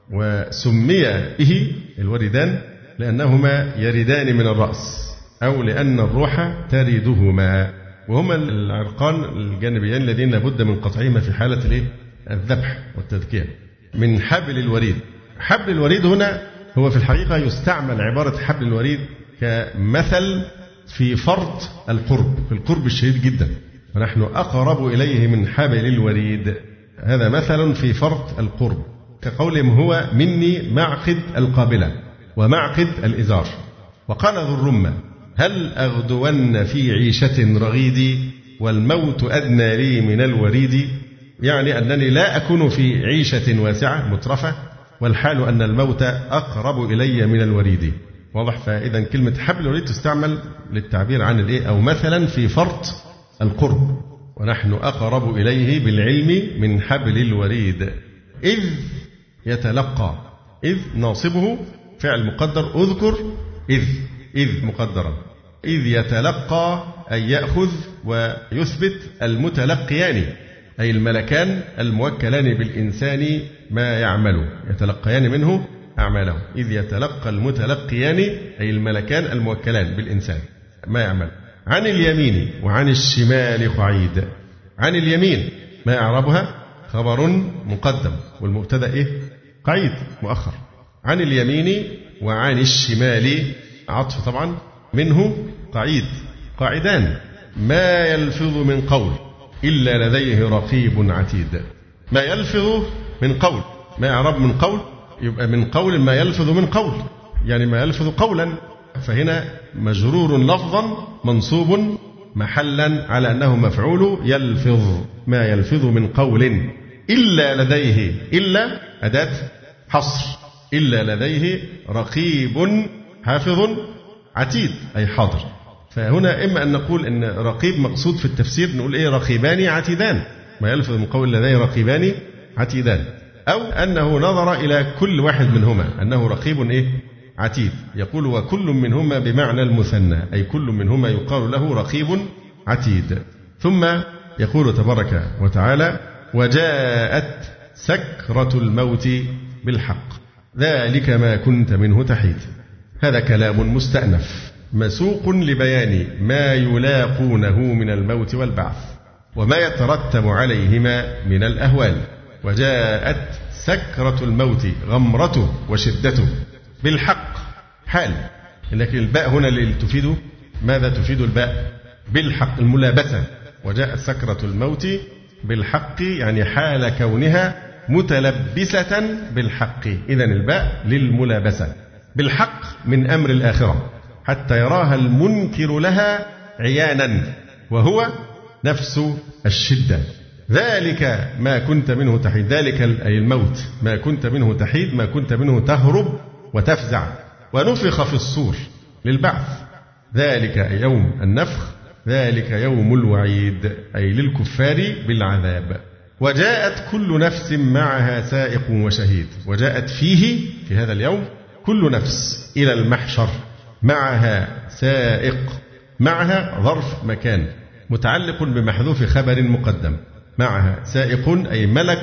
وسمي به الوردان لأنهما يردان من الرأس، أو لأن الروح تردهما، وهما العرقان الجانبيان الذين لابد من قطعهما في حالة الذبح والتذكية. من حبل الوريد. حبل الوريد هنا هو في الحقيقة يستعمل عبارة حبل الوريد كمثل في فرط القرب، في القرب الشديد جدا، ونحن أقرب إليه من حبل الوريد، هذا مثل في فرط القرب، كقولهم هو مني معقد القابلة ومعقد الإزار. وقال ذو الرمة هل أغدون في عيشة رغيدي والموت أدنى لي من الوريد، يعني أنني لا أكون في عيشة واسعة مترفة، والحال أن الموت أقرب إلي من الوريد. واضح؟ فإذا كلمة حبل الوريد تستعمل للتعبير عن الإيه، أو مثلا في فرط القرب، ونحن أقرب إليه بالعلم من حبل الوريد. إذ يتلقى، إذ ناصبه فعل مقدر، أذكر إذ، إذ مقدرا، إذ يتلقى أي يأخذ ويثبت المتلقيان، أي الملكان الموكلان بالإنسان ما يعمل، يتلقيان منه أعماله. إذ يتلقى المتلقيان أي الملكان الموكلان بالإنسان ما يعمل. عن اليمين وعن الشمال قعيد. عن اليمين ما إعرابها؟ خبر مقدم، والمبتدأ إيه؟ قعيد مؤخر. عن اليمين وعن الشمال عطف طبعا، منه قعيد، قاعدان، ما يلفظ من قول إلا لديه رقيب عتيد. ما يلفظ من قول، ما إعراب من قول؟ يبقى من قول ما يلفظ من قول، يعني ما يلفظ قولا، فهنا مجرور لفظا منصوب محلا على أنه مفعول يلفظ، ما يلفظ من قول إلا لديه، إلا أداة حصر، إلا لديه رقيب حافظ عتيد أي حاضر. فهنا إما أن نقول إن رقيب مقصود في التفسير، نقول إيه رقيبان عتيدان، ما يلفظ من قول لديه رقيبان عتيدان، أو أنه نظر إلى كل واحد منهما أنه رقيب إيه عتيد، يقول وكل منهما بمعنى المثنى، أي كل منهما يقال له رقيب عتيد. ثم يقول تبارك وتعالى وجاءت سكرة الموت بالحق ذلك ما كنت منه تحيد. هذا كلام مستأنف مسوق لبيان ما يلاقونه من الموت والبعث وما يترتب عليهما من الأهوال. وجاءت سكرة الموت غمرته وشدته بالحق حال، لكن الباء هنا اللي تفيد ماذا؟ تفيد الباء بالحق الملابسة. وجاءت سكرة الموت بالحق يعني حال كونها متلبسة بالحق، إذن الباء للملابسة. بالحق من أمر الآخرة حتى يراها المنكر لها عيانا، وهو نفس الشدة. ذلك ما كنت منه تحيد، ذلك أي الموت ما كنت منه تحيد، ما كنت منه تهرب وتفزع. ونفخ في الصور للبعث، ذلك يوم النفخ، ذلك يوم الوعيد أي للكفار بالعذاب. وجاءت كل نفس معها سائق وشهيد، وجاءت فيه في هذا اليوم كل نفس إلى المحشر معها سائق، معها ظرف مكان متعلق بمحذوف خبر مقدم، معها سائق أي ملك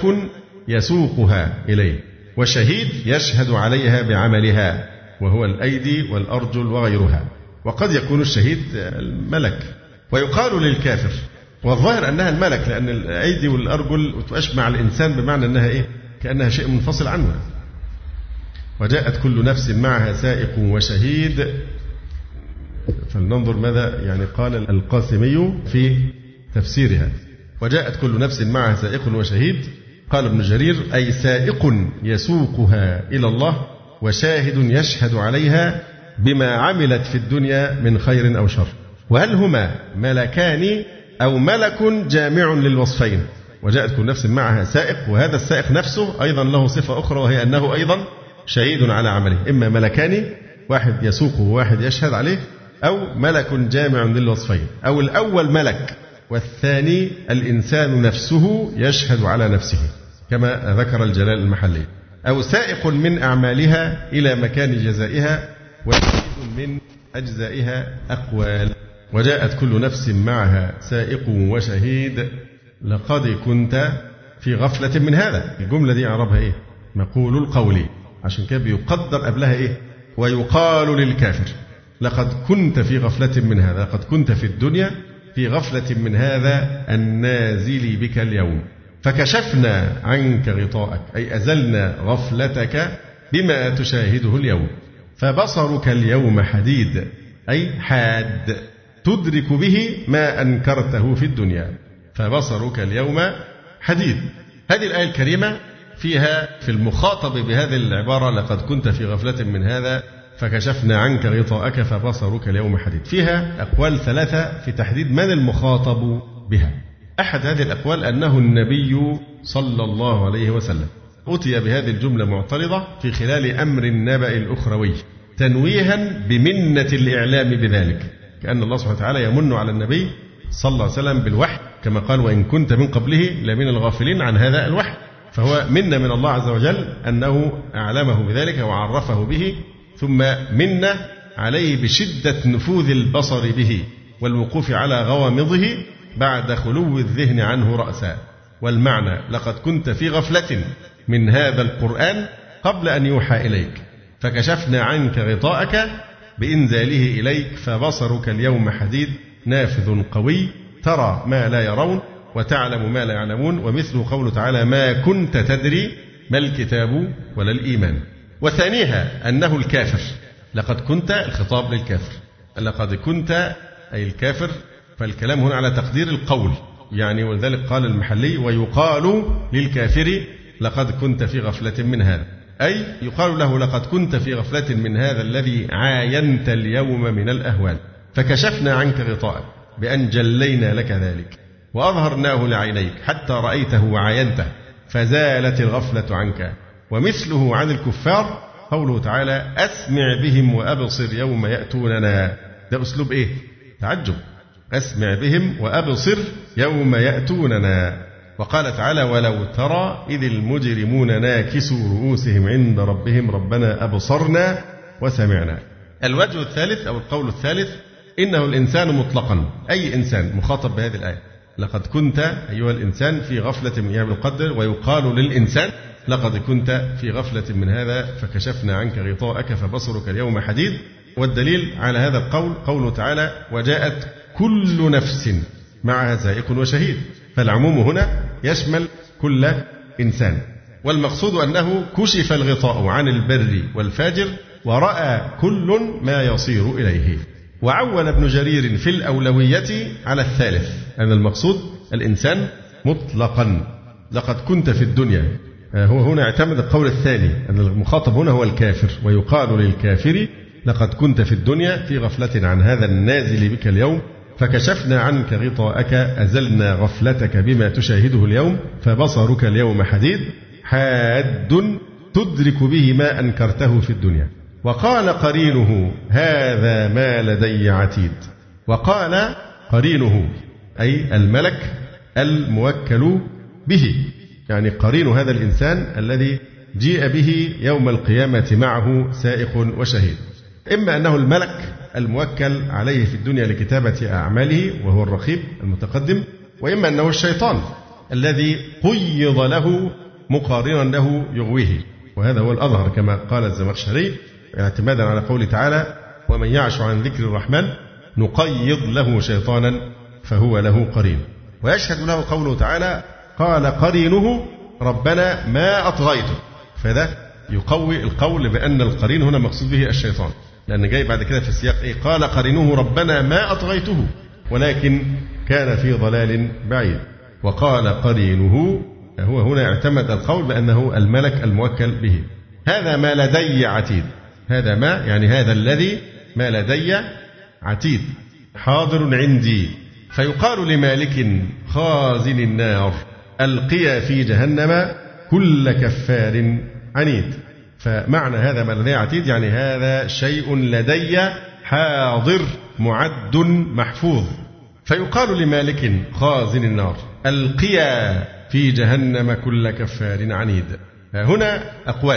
يسوقها إليه، وشهيد يشهد عليها بعملها وهو الأيدي والأرجل وغيرها، وقد يكون الشهيد الملك. ويقال للكافر، والظاهر أنها الملك لأن الأيدي والأرجل تشبه الإنسان بمعنى أنها إيه؟ كأنها شيء منفصل عنه. وجاءت كل نفس معها سائق وشهيد. فلننظر ماذا يعني قال القاسمي في تفسيرها. وجاءت كل نفس معها سائق وشهيد، قال ابن جرير أي سائق يسوقها إلى الله، وشاهد يشهد عليها بما عملت في الدنيا من خير أو شر. وهل هما ملكان أو ملك جامع للوصفين؟ وجاءت كل نفس معها سائق، وهذا السائق نفسه أيضا له صفة أخرى، وهي أنه أيضا شهيد على عمله، إما ملكان واحد يسوقه وواحد يشهد عليه، أو ملك جامع للوصفين، أو الأول ملك والثاني الإنسان نفسه يشهد على نفسه كما ذكر الجلال المحلي، أو سائق من أعمالها إلى مكان جزائها، وشهيد من أجزائها أقوال. وجاءت كل نفس معها سائق وشهيد لقد كنت في غفلة من هذا. الجملة دي أعربها إيه؟ مقول القولي، عشان كده بيقدر قبلها إيه؟ ويقال للكافر لقد كنت في غفلة من هذا، لقد كنت في الدنيا في غفلة من هذا النازل بك اليوم، فكشفنا عنك غطاءك أي أزلنا غفلتك بما تشاهده اليوم، فبصرك اليوم حديد أي حاد تدرك به ما أنكرته في الدنيا، فبصرك اليوم حديد. هذه الآية الكريمة فيها في المخاطب بهذه العبارة لقد كنت في غفلة من هذا فكشفنا عنك غطاءك فبصرك اليوم حديد، فيها أقوال ثلاثة في تحديد من المخاطب بها. أحد هذه الأقوال أنه النبي صلى الله عليه وسلم أتي بهذه الجملة معترضة في خلال أمر النبأ الأخروي تنويها بمنة الإعلام بذلك، كأن الله سبحانه وتعالى يمن على النبي صلى الله عليه وسلم بالوحي، كما قال وإن كنت من قبله لمن الغافلين عن هذا الوحي، فهو منة من الله عز وجل أنه أعلمه بذلك وعرفه به، ثم منة عليه بشدة نفوذ البصر به والوقوف على غوامضه بعد خلو الذهن عنه رأسا. والمعنى لقد كنت في غفلة من هذا القرآن قبل أن يوحى إليك، فكشفنا عنك غطاءك بإنزاله إليك فبصرك اليوم حديد نافذ قوي ترى ما لا يرون وتعلم ما لا يعلمون. ومثله قوله تعالى ما كنت تدري ما الكتاب ولا الإيمان. وثانيها أنه الكافر، لقد كنت الخطاب للكافر، لقد كنت أي الكافر، فالكلام هنا على تقدير القول يعني، ولذلك قال المحلي ويقال للكافر لقد كنت في غفلة من هذا، أي يقال له لقد كنت في غفلة من هذا الذي عاينت اليوم من الأهوال، فكشفنا عنك غطاءك بأن جلينا لك ذلك وأظهرناه لعينيك حتى رأيته وعاينته فزالت الغفلة عنك. ومثله عن الكفار قوله تعالى أسمع بهم وأبصر يوم يأتوننا. ده أسلوب إيه؟ تعجب. أسمع بهم وأبصر يوم يأتوننا. وقال تعالى ولو ترى إذ المجرمون ناكسوا رؤوسهم عند ربهم ربنا أبصرنا وسمعنا. الوجه الثالث أو القول الثالث إنه الإنسان مطلقا، أي إنسان مخاطب بهذه الآية. لقد كنت أيها الإنسان في غفلة من أيام القدر، ويقال للإنسان لقد كنت في غفلة من هذا فكشفنا عنك غطاءك فبصرك اليوم حديد. والدليل على هذا القول قوله تعالى وجاءت كل نفس معها سائق وشهيد، فالعموم هنا يشمل كل إنسان، والمقصود أنه كشف الغطاء عن البر والفاجر ورأى كل ما يصير إليه. وعول ابن جرير في الأولوية على الثالث أن المقصود الإنسان مطلقا. لقد كنت في الدنيا، هو هنا اعتمد القول الثاني أن المخاطب هنا هو الكافر، ويقال للكافر لقد كنت في الدنيا في غفلة عن هذا النازل بك اليوم فكشفنا عنك غطاءك أزلنا غفلتك بما تشاهده اليوم فبصرك اليوم حديد حاد تدرك به ما أنكرته في الدنيا. وقال قرينه هذا ما لدي عتيد. وقال قرينه أي الملك الموكل به، يعني قرين هذا الإنسان الذي جيء به يوم القيامة معه سائق وشهيد. إما أنه الملك الموكل عليه في الدنيا لكتابة أعماله وهو الرقيب المتقدم، وإما أنه الشيطان الذي قيض له مقارنا له يغويه، وهذا هو الأظهر كما قال الزمخشري اعتمادا على قوله تعالى ومن يعش عن ذكر الرحمن نقيض له شيطانا فهو له قرين. ويشهد له قوله تعالى قال قرينه ربنا ما أطغيته، فده يقوي القول بأن القرين هنا مقصود به الشيطان، لأن جاي بعد كده في السياق إيه قال قرينه ربنا ما أطغيته ولكن كان في ضلال بعيد. وقال قرينه هو هنا اعتمد القول بأنه الملك الموكل به. هذا ما لدي عتيد، هذا ما يعني هذا الذي ما لدي عتيد حاضر عندي. فيقال لمالك خازن النار ألقي في جهنم كل كفار عنيد. فمعنى هذا ما لدي عتيد يعني هذا شيء لدي حاضر معد محفوظ. فيقال لمالك خازن النار ألقي في جهنم كل كفار عنيد. هنا أقوال.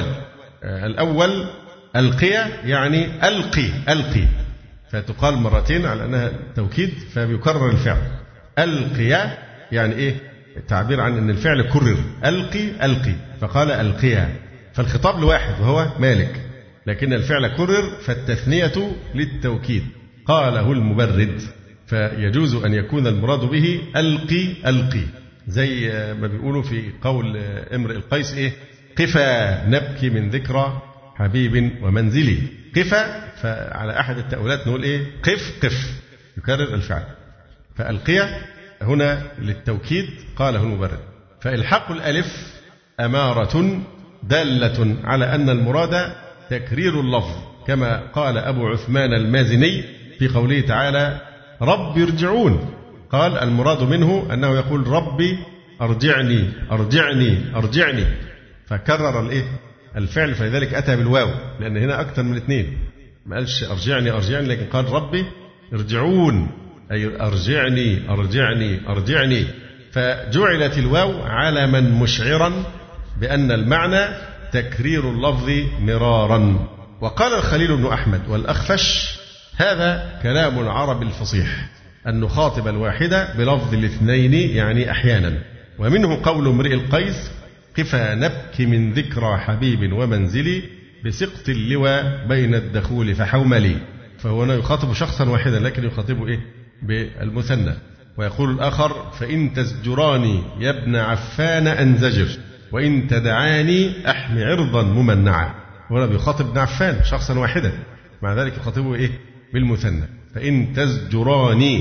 الأول ألقي يعني ألقي ألقي، فتقال مرتين على أنها توكيد فبيكرر الفعل. ألقي يعني إيه؟ التعبير عن أن الفعل كرر، ألقي ألقي فقال ألقيا، فالخطاب لواحد وهو مالك، لكن الفعل كرر فالتثنية للتوكيد قاله المبرد، فيجوز أن يكون المراد به ألقي ألقي، زي ما بيقولوا في قول امرئ القيس إيه قفا نبكي من ذكرى حبيب ومنزلي. قفا فعلى أحد التأويلات نقول إيه قف قف يكرر الفعل، فألقي هنا للتوكيد قاله المبرد. فإلحاق الألف أمارة دالة على أن المراد تكرير اللفظ، كما قال أبو عثمان المازني في قوله تعالى رب ارجعون، قال المراد منه أنه يقول ربي أرجعني أرجعني أرجعني، فكرر الإيه الفعل، فلذلك أتى بالواو لأن هنا أكثر من اثنين، ما قالش أرجعني أرجعني لكن قال ربي ارجعون أي أرجعني أرجعني أرجعني، فجعلت الواو علما مشعرا بأن المعنى تكرير اللفظ مرارا. وقال الخليل بن أحمد والأخفش هذا كلام العرب الفصيح أن نخاطب الواحدة بلفظ الاثنين يعني أحيانا. ومنه قول امرئ القيس قفا نبكي من ذكرى حبيب ومنزلي بسقط اللوى بين الدخول فحوملي، فهو هنا يخاطب شخصا واحدا لكن يخاطبه إيه بالمثنى. ويقول الآخر فإن تزجراني يا ابن عفان أنزجر وإن تدعاني أحمي عرضا ممنعا، وهنا بيخاطب ابن عفان شخصا واحدا، مع ذلك يخاطبه إيه بالمثنى. فإن تزجراني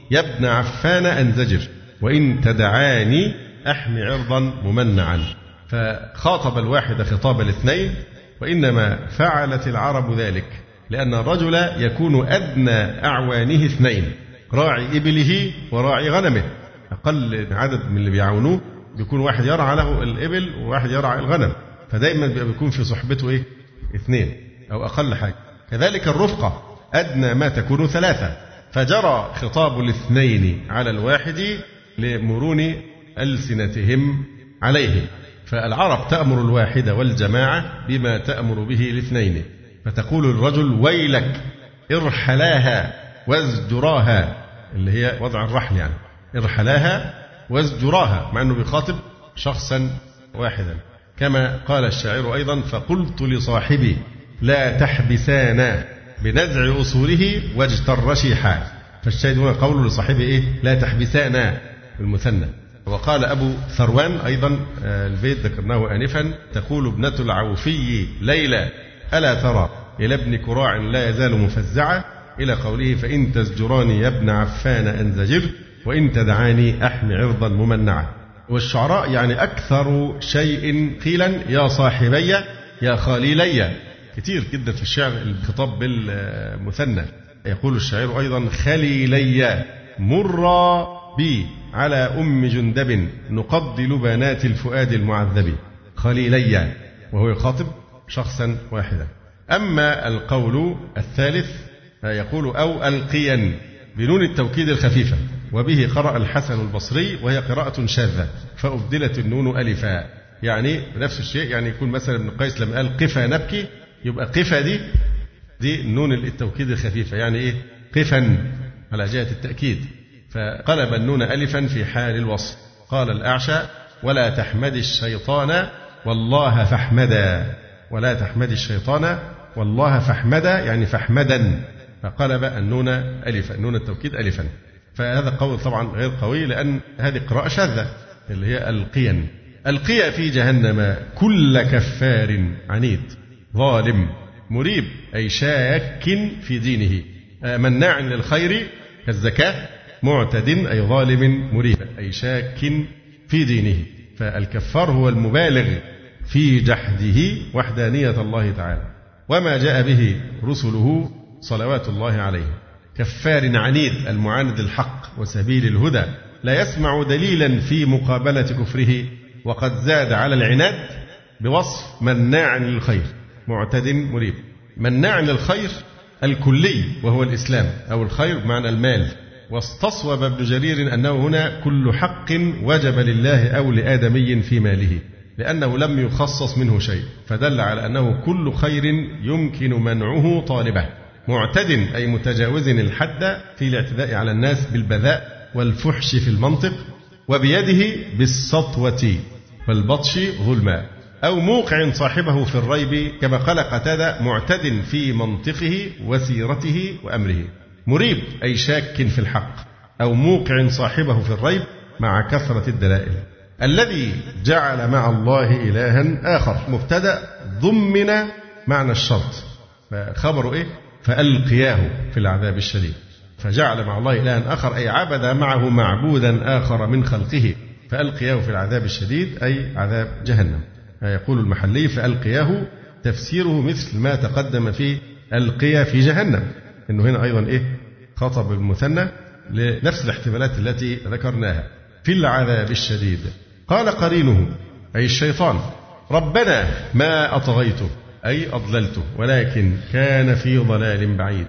يا ابن عفان أنزجر وإن تدعاني أحمي عرضا ممنعا. فخاطب الواحد خطاب الاثنين، وإنما فعلت العرب ذلك لأن الرجل يكون أدنى أعوانه اثنين، راعي إبله وراعي غنمه. أقل عدد من اللي بيعاونوه بيكون واحد يرعى له الإبل وواحد يرعى الغنم، فدايما بيكون في صحبته إيه؟ اثنين أو أقل حاجة. كذلك الرفقة أدنى ما تكون ثلاثة، فجرى خطاب الاثنين على الواحد لمرون ألسنتهم عليه. فالعرب تأمر الواحد والجماعة بما تأمر به الاثنين، فتقول الرجل ويلك ارحلاها وازجراها، اللي هي وضع الرحل يعني، ارحلاها وازجراها، مع أنه بيخاطب شخصا واحدا. كما قال الشاعر أيضا فقلت لصاحبي لا تحبسانا بنزع أصوله واجتر شيحا. فالشاهد هنا قوله لصاحبه إيه؟ لا تحبسانا بالمثنى. وقال أبو ثروان أيضا البيت ذكرناه آنفا تقول ابنة العوفي ليلى ألا ترى إلى ابن كراع لا يزال مفزعا، إلى قوله فإن تزجراني يا ابن عفان أنزجر وإن تدعاني أحمي عرضا ممنعا. والشعراء يعني أكثر شيء قيلا يا صاحبي يا خليلي، كتير جدا في الشعر الخطاب بالمثنى. يقول الشاعر أيضا خليلي مر بي على أم جندب نقضي لبنات الفؤاد المعذب، خليلي، وهو يخاطب شخصا واحدا. أما القول الثالث يقول أو ألقيا بنون التوكيد الخفيفة، وبه قرأ الحسن البصري وهي قراءة شاذة فأبدلت النون ألفا، يعني نفس الشيء. يعني يكون مثلا ابن قيس لما قال قفا نبكي يبقى قفا دي دي نون التوكيد الخفيفة، يعني إيه قفا على جهة التأكيد، فقلب النون ألفا في حال الوصف. قال الأعشى ولا تحمد الشيطان والله فاحمدا، ولا تحمد الشيطان والله فاحمدا يعني فاحمدا، فقلب النون ألفا، نون التوكيد ألفا. فهذا قول طبعا غير قوي لأن هذه قراءة شاذة اللي هي القيا. القيا في جهنم كل كفار عنيد ظالم مريب أي شاك في دينه، مناع للخير كالزكاة، معتد أي ظالم مريب أي شاك في دينه. فالكفار هو المبالغ في جحده وحدانية الله تعالى وما جاء به رسله صلوات الله عليه. كفار عنيد المعاند الحق وسبيل الهدى، لا يسمع دليلا في مقابلة كفره، وقد زاد على العناد بوصف مناع للخير، معتد مريب. مناع للخير الكلي وهو الإسلام أو الخير بمعنى المال. واستصوب ابن جرير أنه هنا كل حق وجب لله أو لآدمي في ماله، لأنه لم يخصص منه شيء، فدل على أنه كل خير يمكن منعه طالبه. معتد أي متجاوز الحد في الاعتداء على الناس بالبذاء والفحش في المنطق، وبيده بالسطوة والبطش ظلما، أو موقع صاحبه في الريب كما قال قتادة معتد في منطقه وسيرته وأمره. مريب أي شاك في الحق، أو موقع صاحبه في الريب مع كثرة الدلائل. الذي جعل مع الله إلها آخر مبتدأ ضمن معنى الشرط، فخبره إيه؟ فألقياه في العذاب الشديد. فجعل مع الله إلها آخر أي عبد معه معبودا آخر من خلقه، فألقياه في العذاب الشديد أي عذاب جهنم. يقول المحلي فألقياه تفسيره مثل ما تقدم في ألقيا في جهنم، إنه هنا أيضا إيه خطب المثنى لنفس الاحتمالات التي ذكرناها في العذاب الشديد. قال قرينه أي الشيطان ربنا ما أطغيته أي أضللته ولكن كان في ضلال بعيد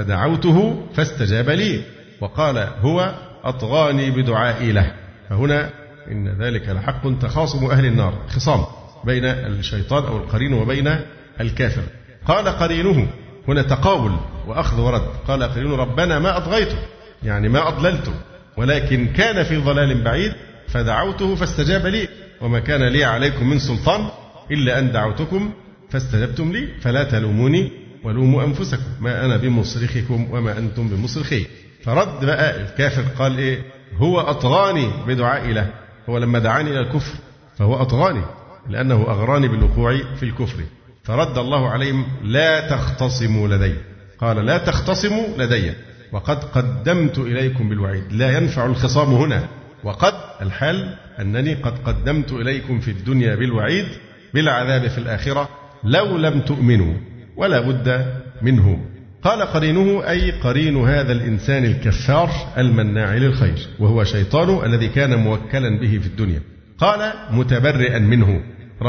فدعوته فاستجاب لي، وقال هو أطغاني بدعائي له. فهنا إن ذلك لحق تخاصم أهل النار، خصام بين الشيطان أو القرين وبين الكافر. قال قرينه هنا تقاول وأخذ ورد. قال قرينه ربنا ما أطغيته يعني ما أضللته ولكن كان في ضلال بعيد فدعوته فاستجاب لي وما كان لي عليكم من سلطان إلا أن دعوتكم فاستجبتم لي فلا تلوموني ولوموا أنفسكم ما أنا بمصرخكم وما أنتم بمصرخي. فرد بقى الكافر قال إيه هو أطغاني بدعائي له، هو لما دعاني إلى الكفر فهو أطغاني لأنه أغراني بالوقوع في الكفر. فرد الله عليهم لا تختصموا لدي، قال لا تختصموا لدي وقد قدمت إليكم بالوعيد. لا ينفع الخصام هنا، وقد الحال أنني قد قدمت إليكم في الدنيا بالوعيد بالعذاب في الآخرة لو لم تؤمنوا، ولا بد منه. قال قرينه أي قرين هذا الإنسان الكفار المناع للخير، وهو شيطان الذي كان موكلا به في الدنيا. قال متبرئا منه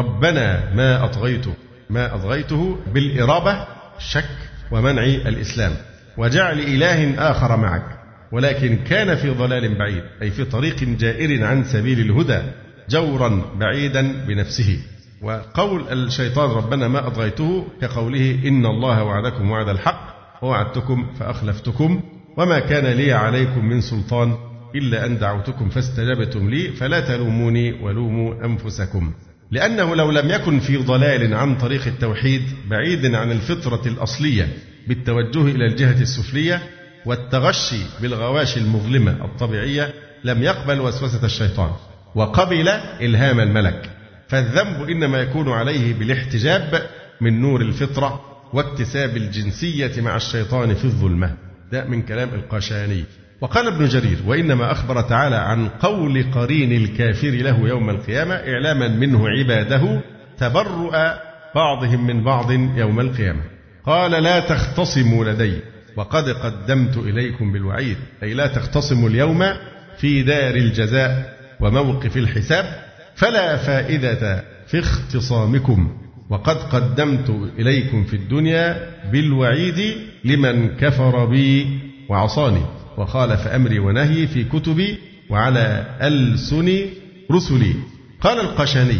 ربنا ما أطغيته، ما أطغيته بالإرابة الشك ومنع الإسلام وجعل إله آخر معك، ولكن كان في ضلال بعيد أي في طريق جائر عن سبيل الهدى جورا بعيدا بنفسه. وقول الشيطان ربنا ما أطغيته كقوله إن الله وعدكم وعد الحق ووعدتكم فأخلفتكم وما كان لي عليكم من سلطان إلا أن دعوتكم فاستجبتم لي فلا تلوموني ولوموا أنفسكم. لأنه لو لم يكن في ضلال عن طريق التوحيد بعيد عن الفطرة الأصلية بالتوجه إلى الجهة السفلية والتغشي بالغواشي المظلمة الطبيعية لم يقبل وسوسة الشيطان وقبل إلهام الملك، فالذنب إنما يكون عليه بالاحتجاب من نور الفطرة واكتساب الجنسية مع الشيطان في الظلمة. ده من كلام القاشاني. وقال ابن جرير وإنما أخبر تعالى عن قول قرين الكافر له يوم القيامة إعلاما منه عباده تبرؤ بعضهم من بعض يوم القيامة. قال لا تختصموا لدي وقد قدمت إليكم بالوعيد، أي لا تختصموا اليوم في دار الجزاء وموقف الحساب، فلا فائدة في اختصامكم وقد قدمت إليكم في الدنيا بالوعيد لمن كفر بي وعصاني وخالف أمري ونهي في كتبي وعلى ألسن رسلي. قال القشاني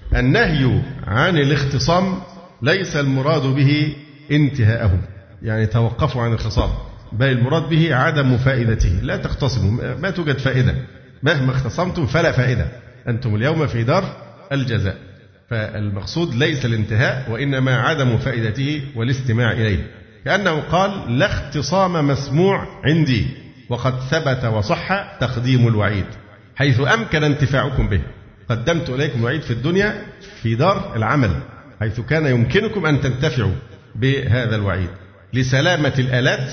النهي عن الاختصام ليس المراد به انتهاءه، يعني توقفوا عن الخصام، بل المراد به عدم فائدته. لا تختصموا، ما توجد فائدة، مهما اختصمتم فلا فائدة، أنتم اليوم في دار الجزاء. فالمقصود ليس الانتهاء وإنما عدم فائدته والاستماع إليه، كأنه قال لا اختصام مسموع عندي وقد ثبت وصح تقديم الوعيد حيث أمكن انتفاعكم به. قدمت إليكم الوعيد في الدنيا في دار العمل حيث كان يمكنكم أن تنتفعوا بهذا الوعيد لسلامة الآلات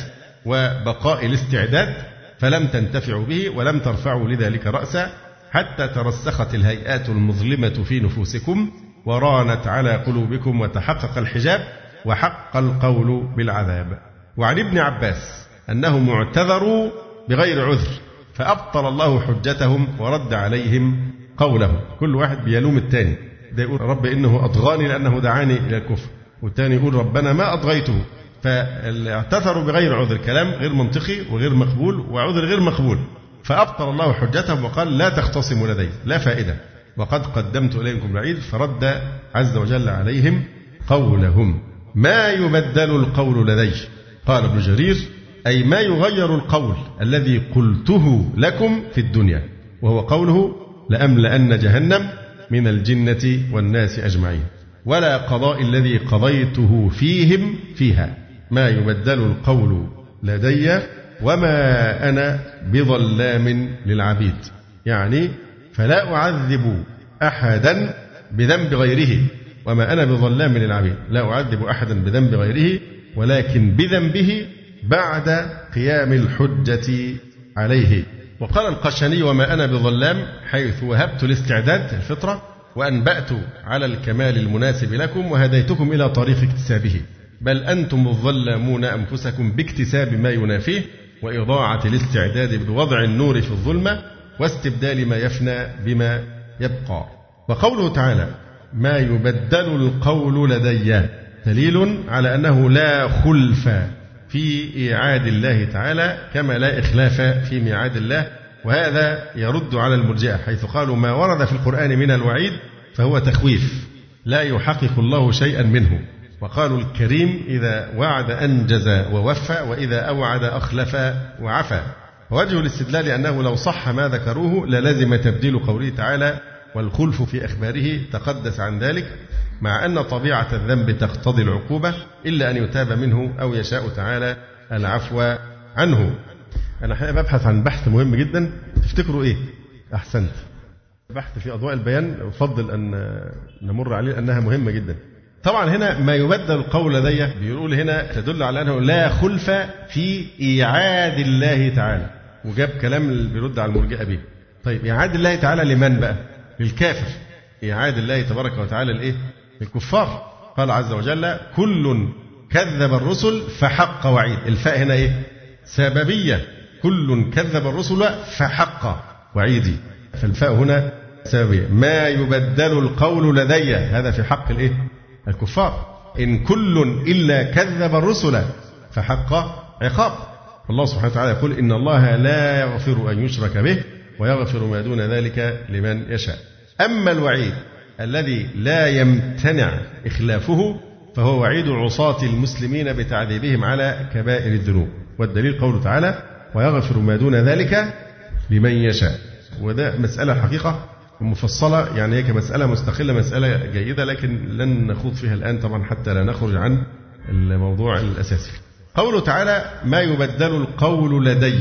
وبقاء الاستعداد، فلم تنتفعوا به ولم ترفعوا لذلك رأسا حتى ترسخت الهيئات المظلمة في نفوسكم ورانت على قلوبكم وتحقق الحجاب وحق القول بالعذاب. وعن ابن عباس أنهم اعتذروا بغير عذر فأبطل الله حجتهم ورد عليهم قولهم. كل واحد بيلوم الثاني، ده يقول رب إنه أطغاني لأنه دعاني إلى الكفر، والثاني يقول ربنا ما أطغيته. فاعتذروا بغير عذر، كلام غير منطقي وغير مقبول وعذر غير مقبول، فأبطل الله حجتهم وقال لا تختصموا لدي، لا فائدة، وقد قدمت إليكم الوعيد، فرد عز وجل عليهم قولهم. ما يبدل القول لدي، قال ابن جرير أي ما يغير القول الذي قلته لكم في الدنيا، وهو قوله لأملأن جهنم من الجنة والناس أجمعين، ولا قضاء الذي قضيته فيهم فيها. ما يبدل القول لدي وما أنا بظلام للعبيد، يعني فلا أعذب أحدا بذنب غيره، وما أنا بظلام للعبيد، لا أعذب أحدا بذنب غيره ولكن بذنبه بعد قيام الحجة عليه. وقال القشاني وما أنا بظلام حيث وهبت الاستعداد الفطرة وأنبأت على الكمال المناسب لكم وهديتكم إلى طريق اكتسابه، بل أنتم الظلامون أنفسكم باكتساب ما ينافيه وإضاعة الاستعداد بوضع النور في الظلمة واستبدال ما يفنى بما يبقى. وقوله تعالى ما يبدل القول لدي دليل على أنه لا خلف في إيعاد الله تعالى كما لا إخلاف في ميعاد الله، وهذا يرد على المرجئة حيث قالوا ما ورد في القرآن من الوعيد فهو تخويف لا يحقق الله شيئا منه، وقالوا الكريم إذا وعد أنجز ووفى وإذا أوعد أخلف وعفى. ووجه الاستدلال أنه لو صح ما ذكروه للزم تبديل قوله تعالى والخلف في أخباره تقدس عن ذلك، مع أن طبيعة الذنب تقتضي العقوبة إلا أن يتاب منه أو يشاء تعالى العفو عنه. أنا حقيقة ببحث عن بحث مهم جدا، تفتكروا إيه؟ أحسنت، بحث في أضواء البيان، أفضل أن نمر عليه لأنها مهمة جدا. طبعا هنا ما يبدل القول لدي بيقول هنا تدل على أنه لا خلف في إيعاد الله تعالى، وجاب كلام اللي بيرد على المرجئة به. طيب إيعاد الله تعالى لمن بقى؟ للكافر. إيعاد الله تبارك وتعالى الإيه؟ الكفار. قال عز وجل كل كذب الرسل فحق وعيد. الفاء هنا إيه؟ سببية. كل كذب الرسل فحق وعيدي. فالفاء هنا سببية. ما يبدل القول لدي، هذا في حق الإيه؟ الكفار. إن كل إلا كذب الرسل فحق عقاب. الله سبحانه وتعالى يقول إن الله لا يغفر أن يشرك به ويغفر ما دون ذلك لمن يشاء. أما الوعيد الذي لا يمتنع إخلافه فهو وعيد عصاة المسلمين بتعذيبهم على كبائر الذنوب، والدليل قوله تعالى ويغفر ما دون ذلك لمن يشاء. وده مسألة حقيقة مفصلة، يعني هي كمسألة مستقلة مسألة جيدة، لكن لن نخوض فيها الآن طبعا حتى لا نخرج عن الموضوع الأساسي. قوله تعالى ما يبدل القول لدي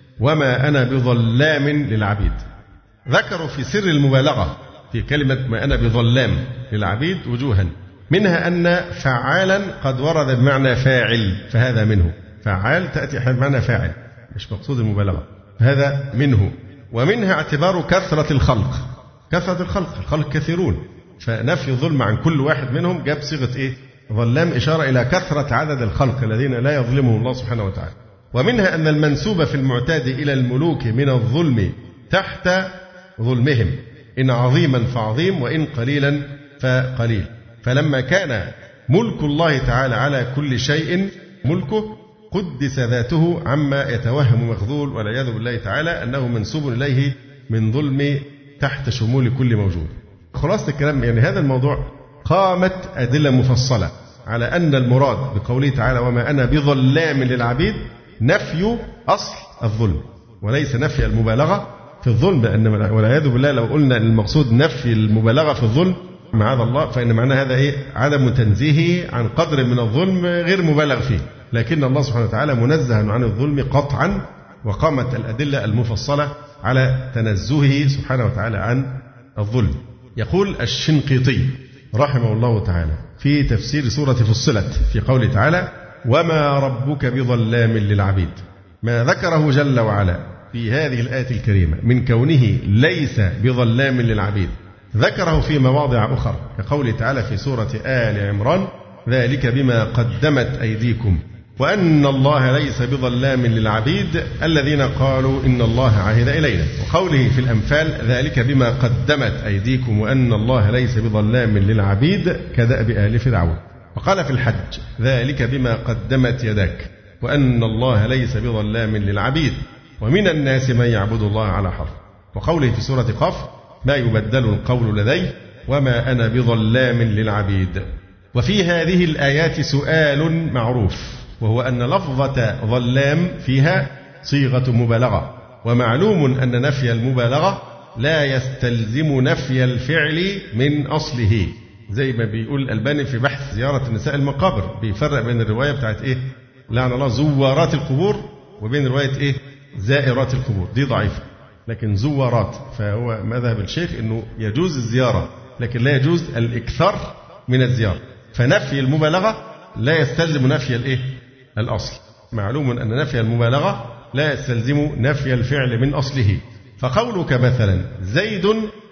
وما أنا بظلام للعبيد. ذكروا في سر المبالغة في كلمة ما أنا بظلام للعبيد وجوها، منها أن فعالا قد ورد بمعنى فاعل، فهذا منه. فعال تأتي أحيانا بمعنى فاعل، مش مقصود المبالغة، هذا منه. ومنها اعتبار كثرة الخلق. كثرة الخلق، الخلق كثيرون، فنفي الظلم عن كل واحد منهم جاب صيغة إيه؟ ظلام، إشارة إلى كثرة عدد الخلق الذين لا يظلمهم الله سبحانه وتعالى. ومنها أن المنسوب في المعتاد إلى الملوك من الظلم تحت ظلمهم، إن عظيما فعظيم وإن قليلا فقليل. فلما كان ملك الله تعالى على كل شيء ملكه قدس ذاته عما يتوهم مخذول والعياذ بالله تعالى أنه منسوب إليه من ظلم تحت شمول كل موجود. خلاصة الكلام يعني هذا الموضوع قامت أدلة مفصلة على أن المراد بقوله تعالى وما أنا بظلام للعبيد نفي أصل الظلم وليس نفي المبالغة في الظلم، لأن والعياذ بالله لو قلنا المقصود نفي المبالغة في الظلم معاذ الله فإن معنى هذا إيه؟ عدم تنزيهه عن قدر من الظلم غير مبالغ فيه، لكن الله سبحانه وتعالى منزه عن الظلم قطعا، وقامت الأدلة المفصلة على تنزهه سبحانه وتعالى عن الظلم. يقول الشنقيطي رحمه الله تعالى في تفسير سورة فصلت في قوله تعالى وما ربك بظلام للعبيد، ما ذكره جل وعلا في هذه الآية الكريمة من كونه ليس بظلام للعبيد ذكره في مواضع أخرى كقوله تعالى في سورة آل عمران ذلك بما قدمت أيديكم وأن الله ليس بظلام للعبيد الذين قالوا إن الله عهد إلينا، وقوله في الأنفال ذلك بما قدمت أيديكم وأن الله ليس بظلام للعبيد كدأب آل فرعون. وقال في الحج ذلك بما قدمت يداك وأن الله ليس بظلام للعبيد ومن الناس من يعبد الله على حرف. وقوله في سورة قاف ما يبدل القول لدي وما أنا بظلام للعبيد. وفي هذه الآيات سؤال معروف، وهو أن لفظة ظلام فيها صيغة مبالغة، ومعلوم أن نفي المبالغة لا يستلزم نفي الفعل من أصله، زي ما بيقول الألباني في بحث زيارة النساء المقابر بيفرق بين الرواية بتاعت إيه لعن الله زوارات القبور وبين رواية إيه زائرات القبور، دي ضعيفة، لكن زوارات فهو مذهب الشيخ أنه يجوز الزيارة لكن لا يجوز الإكثار من الزيارة، فنفي المبالغة لا يستلزم نفي الإيه الأصل. معلوم أن نفي المبالغة لا يستلزم نفي الفعل من أصله. فقولك مثلا زيد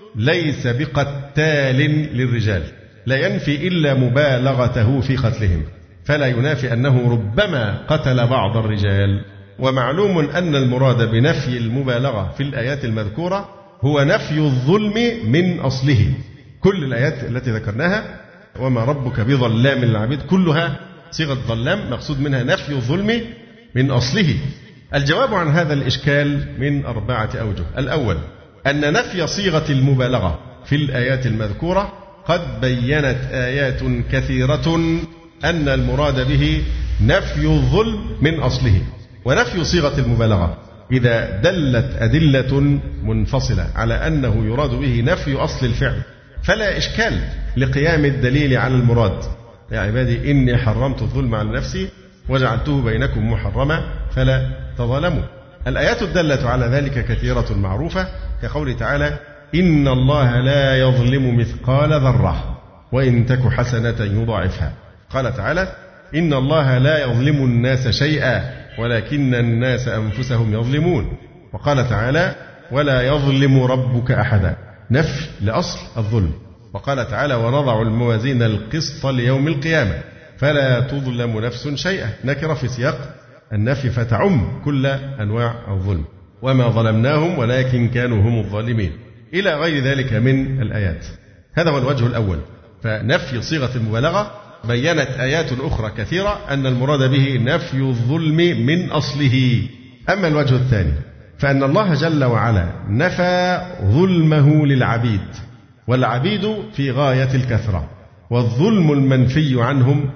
ليس بقتال للرجال لا ينفي إلا مبالغته في قتلهم، فلا ينافي أنه ربما قتل بعض الرجال. ومعلوم أن المراد بنفي المبالغة في الآيات المذكورة هو نفي الظلم من أصله. كل الآيات التي ذكرناها وما ربك بظلام للعبيد كلها صيغة ظلام مقصود منها نفي الظلم من أصله. الجواب عن هذا الإشكال من أربعة أوجه. الأول أن نفي صيغة المبالغة في الآيات المذكورة قد بيّنت آيات كثيرة أن المراد به نفي الظلم من أصله. ونفي صيغة المبالغة إذا دلت أدلة منفصلة على أنه يراد به نفي أصل الفعل فلا إشكال لقيام الدليل على المراد. يا عبادي إني حرمت الظلم على نفسي وجعلته بينكم محرما فلا تظالموا. الآيات الدالة على ذلك كثيرة معروفة كقول تعالى إن الله لا يظلم مثقال ذرة وإن تك حسنة يضاعفها. قال تعالى: إن الله لا يظلم الناس شيئا ولكن الناس أنفسهم يظلمون. وقال تعالى: ولا يظلم ربك أحدا، نفي لأصل الظلم. وقال تعالى: ونضع الموازين القسط ليوم القيامة فلا تظلم نفس شيئا، نكرة في سياق النفي فتعم كل أنواع الظلم. وما ظلمناهم ولكن كانوا هم الظالمين، إلى غير ذلك من الآيات. هذا هو الوجه الأول. فنفي صيغة المبالغة بيّنت آيات أخرى كثيرة أن المراد به نفي الظلم من أصله. أما الوجه الثاني فأن الله جل وعلا نفى ظلمه للعبيد، والعبيد في غاية الكثرة، والظلم المنفي عنهم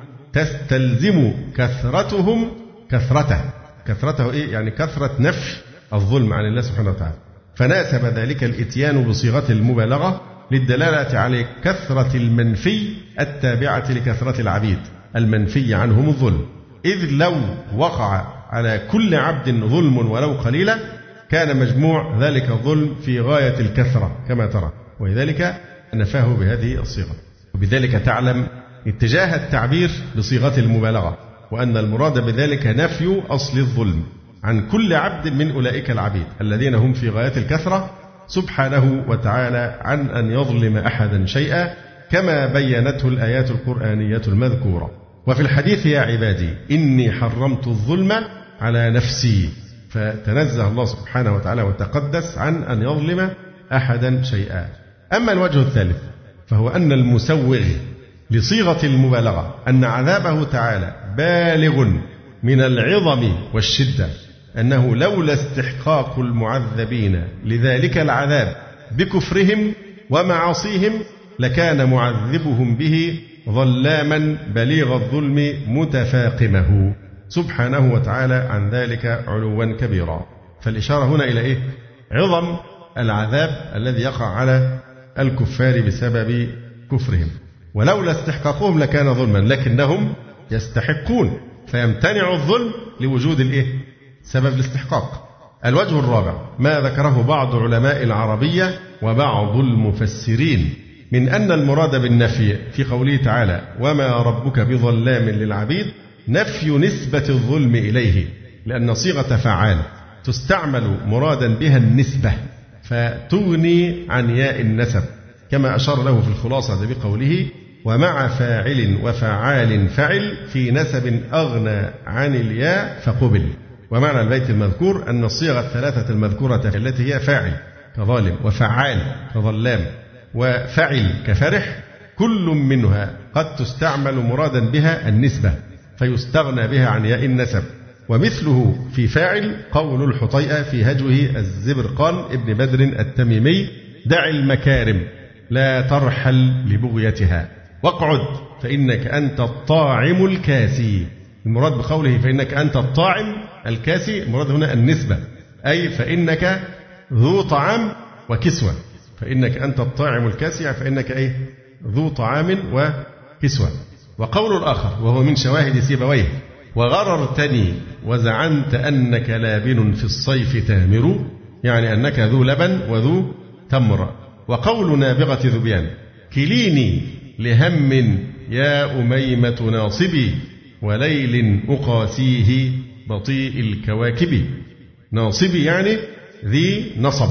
تستلزم كثرتهم كثرته. كثرته إيه؟ يعني كثرة نفي الظلم عن الله سبحانه وتعالى. فناسب ذلك الإتيان بصيغة المبالغة للدلالة على كثرة المنفي التابعة لكثرة العبيد المنفي عنهم الظلم. إذ لو وقع على كل عبد ظلم ولو قليلا كان مجموع ذلك الظلم في غاية الكثرة كما ترى، ولذلك نفاه بهذه الصيغة. وبذلك تعلم اتجاه التعبير بصيغة المبالغة، وأن المراد بذلك نفي أصل الظلم عن كل عبد من أولئك العبيد الذين هم في غاية الكثرة سبحانه وتعالى عن أن يظلم أحدا شيئا، كما بيّنته الآيات القرآنية المذكورة. وفي الحديث: يا عبادي إني حرمت الظلم على نفسي. فتنزه الله سبحانه وتعالى وتقدس عن أن يظلم أحدا شيئا. أما الوجه الثالث فهو أن المسوغ لصيغة المبالغة أن عذابه تعالى بالغ من العظم والشدة، أنه لولا استحقاق المعذبين لذلك العذاب بكفرهم ومعاصيهم لكان معذبهم به ظلاما بليغ الظلم متفاقمه سبحانه وتعالى عن ذلك علوا كبيرا. فالإشارة هنا إلى إيه؟ عظم العذاب الذي يقع على الكفار بسبب كفرهم. ولولا استحقاقهم لكان ظلما، لكنهم يستحقون فيمتنع الظلم لوجود الإيه؟ سبب الاستحقاق. الوجه الرابع ما ذكره بعض علماء العربية وبعض المفسرين من أن المراد بالنفي في قوله تعالى: وما ربك بظلام للعبيد، نفي نسبة الظلم إليه، لأن صيغة فعال تستعمل مرادا بها النسبة فتغني عن ياء النسب، كما أشار له في الخلاصة بقوله: ومع فاعل وفعال فعل في نسب أغنى عن الياء فقبل. ومعنى البيت المذكور أن الصيغة الثلاثة المذكورة التي هي فاعل كظالم وفعال كظلام وفعل كفرح كل منها قد تستعمل مرادا بها النسبة فيستغنى بها عن ياء النسب. ومثله في فاعل قول الحطيئة في هجوه الزبرقان ابن بدر التميمي: دع المكارم لا ترحل لبغيتها واقعد فإنك أنت الطاعم الكاسي. المراد بقوله فإنك أنت الطاعم الكاسي المراد هنا النسبة، أي فإنك ذو طعام وكسوة. فإنك أنت الطاعم الكاسي فإنك أي ذو طعام وكسوة. وقول الآخر وهو من شواهد سيبويه: وغررتني وزعمت أنك لابن في الصيف تامر، يعني أنك ذو لبن وذو تمر. وقول نابغة ذبيان: كليني لهم يا أميمة ناصبي وليل أقاسيه بطيء الكواكب. ناصبي يعني ذي نصب،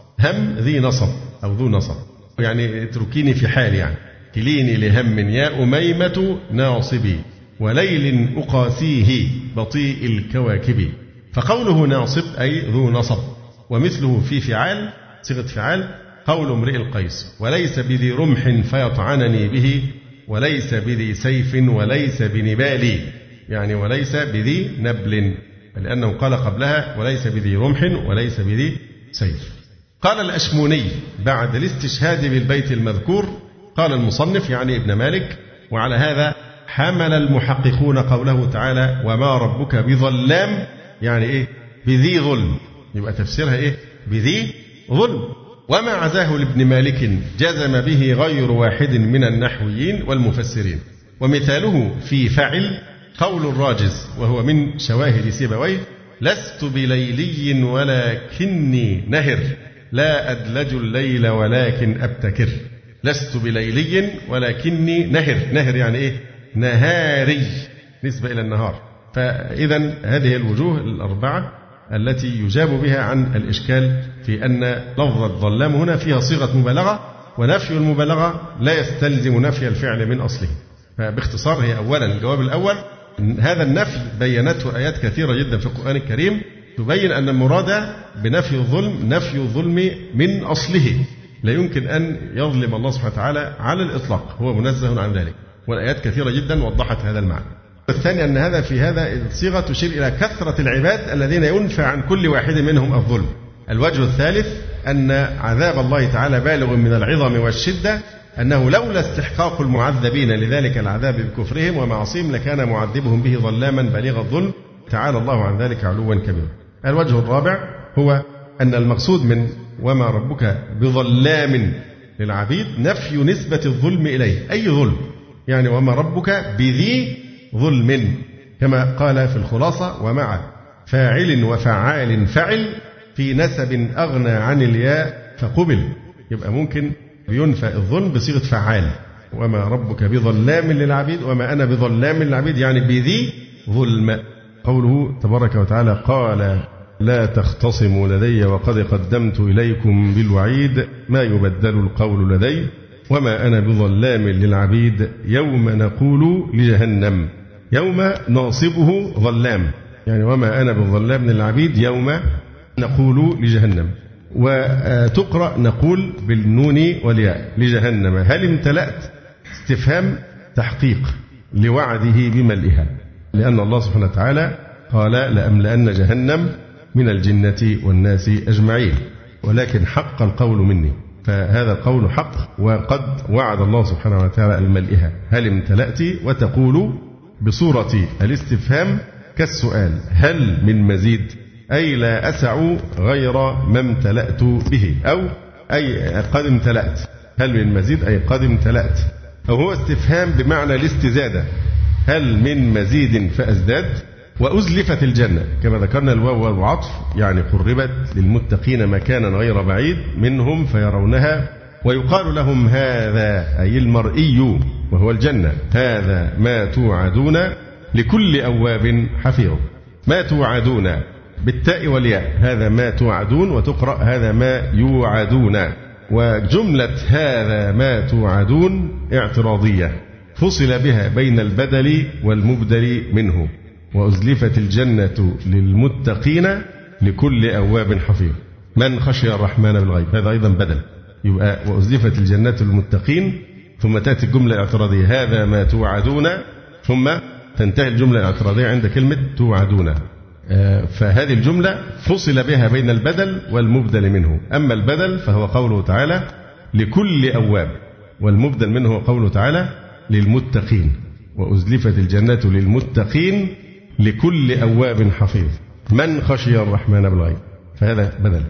هم ذي نصب أو ذو نصب، يعني اتركيني في حال، يعني كليني لهم يا أميمة ناصبي وليل أقاسيه بطيء الكواكب. فقوله ناصب أي ذو نصب. ومثله في فعال صيغة فعال قول امرئ القيس: وليس بذي رمح فيطعنني به وليس بذي سيف وليس بنبالي، يعني وليس بذي نبل، لأنه قال قبلها وليس بذي رمح وليس بذي سيف. قال الأشموني بعد الاستشهاد بالبيت المذكور، قال المصنف يعني ابن مالك: وعلى هذا حمل المحققون قوله تعالى: وما ربك بظلام، يعني إيه؟ بذي ظلم، يبقى تفسيرها إيه؟ بذي ظلم. وما عزاه لابن مالك جزم به غير واحد من النحويين والمفسرين. ومثاله في فعل قول الراجز وهو من شواهد سيبويه: لست بليلي ولكني نهر لا أدلج الليل ولكن أبتكر. لست بليلي ولكني نهر. نهر يعني إيه؟ نهاري، نسبة إلى النهار. فإذا هذه الوجوه الأربعة التي يجاب بها عن الإشكال في أن لفظ الظلام هنا فيها صيغة مبالغة، ونفي المبالغة لا يستلزم نفي الفعل من أصله. فباختصار هي أولا الجواب الأول، هذا النفي بينته آيات كثيرة جدا في القرآن الكريم تبين أن المراد بنفي الظلم نفي الظلم من أصله، لا يمكن أن يظلم الله سبحانه وتعالى على الإطلاق، هو منزه عن ذلك، والآيات كثيرة جدا وضحت هذا المعنى. الثاني أن هذا في هذا الصيغة تشير إلى كثرة العباد الذين ينفى عن كل واحد منهم الظلم. الوجه الثالث أن عذاب الله تعالى بالغ من العظم والشدة، أنه لولا استحقاق المعذبين لذلك العذاب بكفرهم ومعصيهم لكان معذبهم به ظلاما بليغ الظلم، تعالى الله عن ذلك علوا كبيرا. الوجه الرابع هو أن المقصود من وما ربك بظلام للعبيد نفي نسبة الظلم إليه، أي ظلم، يعني وما ربك بذي ظلم، كما قال في الخلاصة ومع فاعل وفعال فعل في نسب أغنى عن الياء فقبل، يبقى ممكن ينفى الظلم بصيغة فعال، وما ربك بظلام للعبيد، وما أنا بظلام للعبيد يعني بذي ظلم. قوله تبارك وتعالى قال لا تختصموا لدي وقد قدمت إليكم بالوعيد ما يبدل القول لدي وما أنا بظلام للعبيد يوم نقول لجهنم. يوم ناصبه ظلام، يعني وما أنا بظلام للعبيد يوم نقول لجهنم. وتقرأ نقول بالنون والياء لجهنم هل امتلأت، استفهام تحقيق لوعده بملئها، لأن الله سبحانه وتعالى قال لأملأن جهنم من الجنة والناس أجمعين، ولكن حق القول مني، فهذا القول حق وقد وعد الله سبحانه وتعالى الملئها هل امتلأت، وتقول بصورة الاستفهام كالسؤال هل من مزيد، أي لا أسع غير ما امتلأت به، أو أي قد امتلأت، هل من مزيد أي قد امتلأت، أو هو استفهام بمعنى الاستزادة هل من مزيد فأزداد. وأزلفت الجنة كما ذكرنا الواو والعطف، يعني قربت للمتقين مكانا غير بعيد منهم فيرونها، ويقال لهم هذا أي المرئي وهو الجنة هذا ما توعدون لكل أواب حفيظ. ما توعدون بالتاء والياء هذا ما توعدون، وتقرأ هذا ما يوعدون. وجملة هذا ما توعدون اعتراضية فصل بها بين البدل والمبدل منه. وأزلفت الجنة للمتقين لكل أواب حفيظ من خشي الرحمن بالغيب، هذا أيضا بدل، يبقى وأزلفت الجنة للمتقين ثم تأتي الجملة الاعتراضية هذا ما توعدون، ثم تنتهي الجملة الاعتراضية عند كلمة توعدون. فهذه الجملة فصل بها بين البدل والمبدل منه. أما البدل فهو قوله تعالى لكل أواب، والمبدل منه قوله تعالى للمتقين. وأزلفت الجنة للمتقين لكل أواب حفيظ من خشي الرحمن بالغيب، فهذا بدل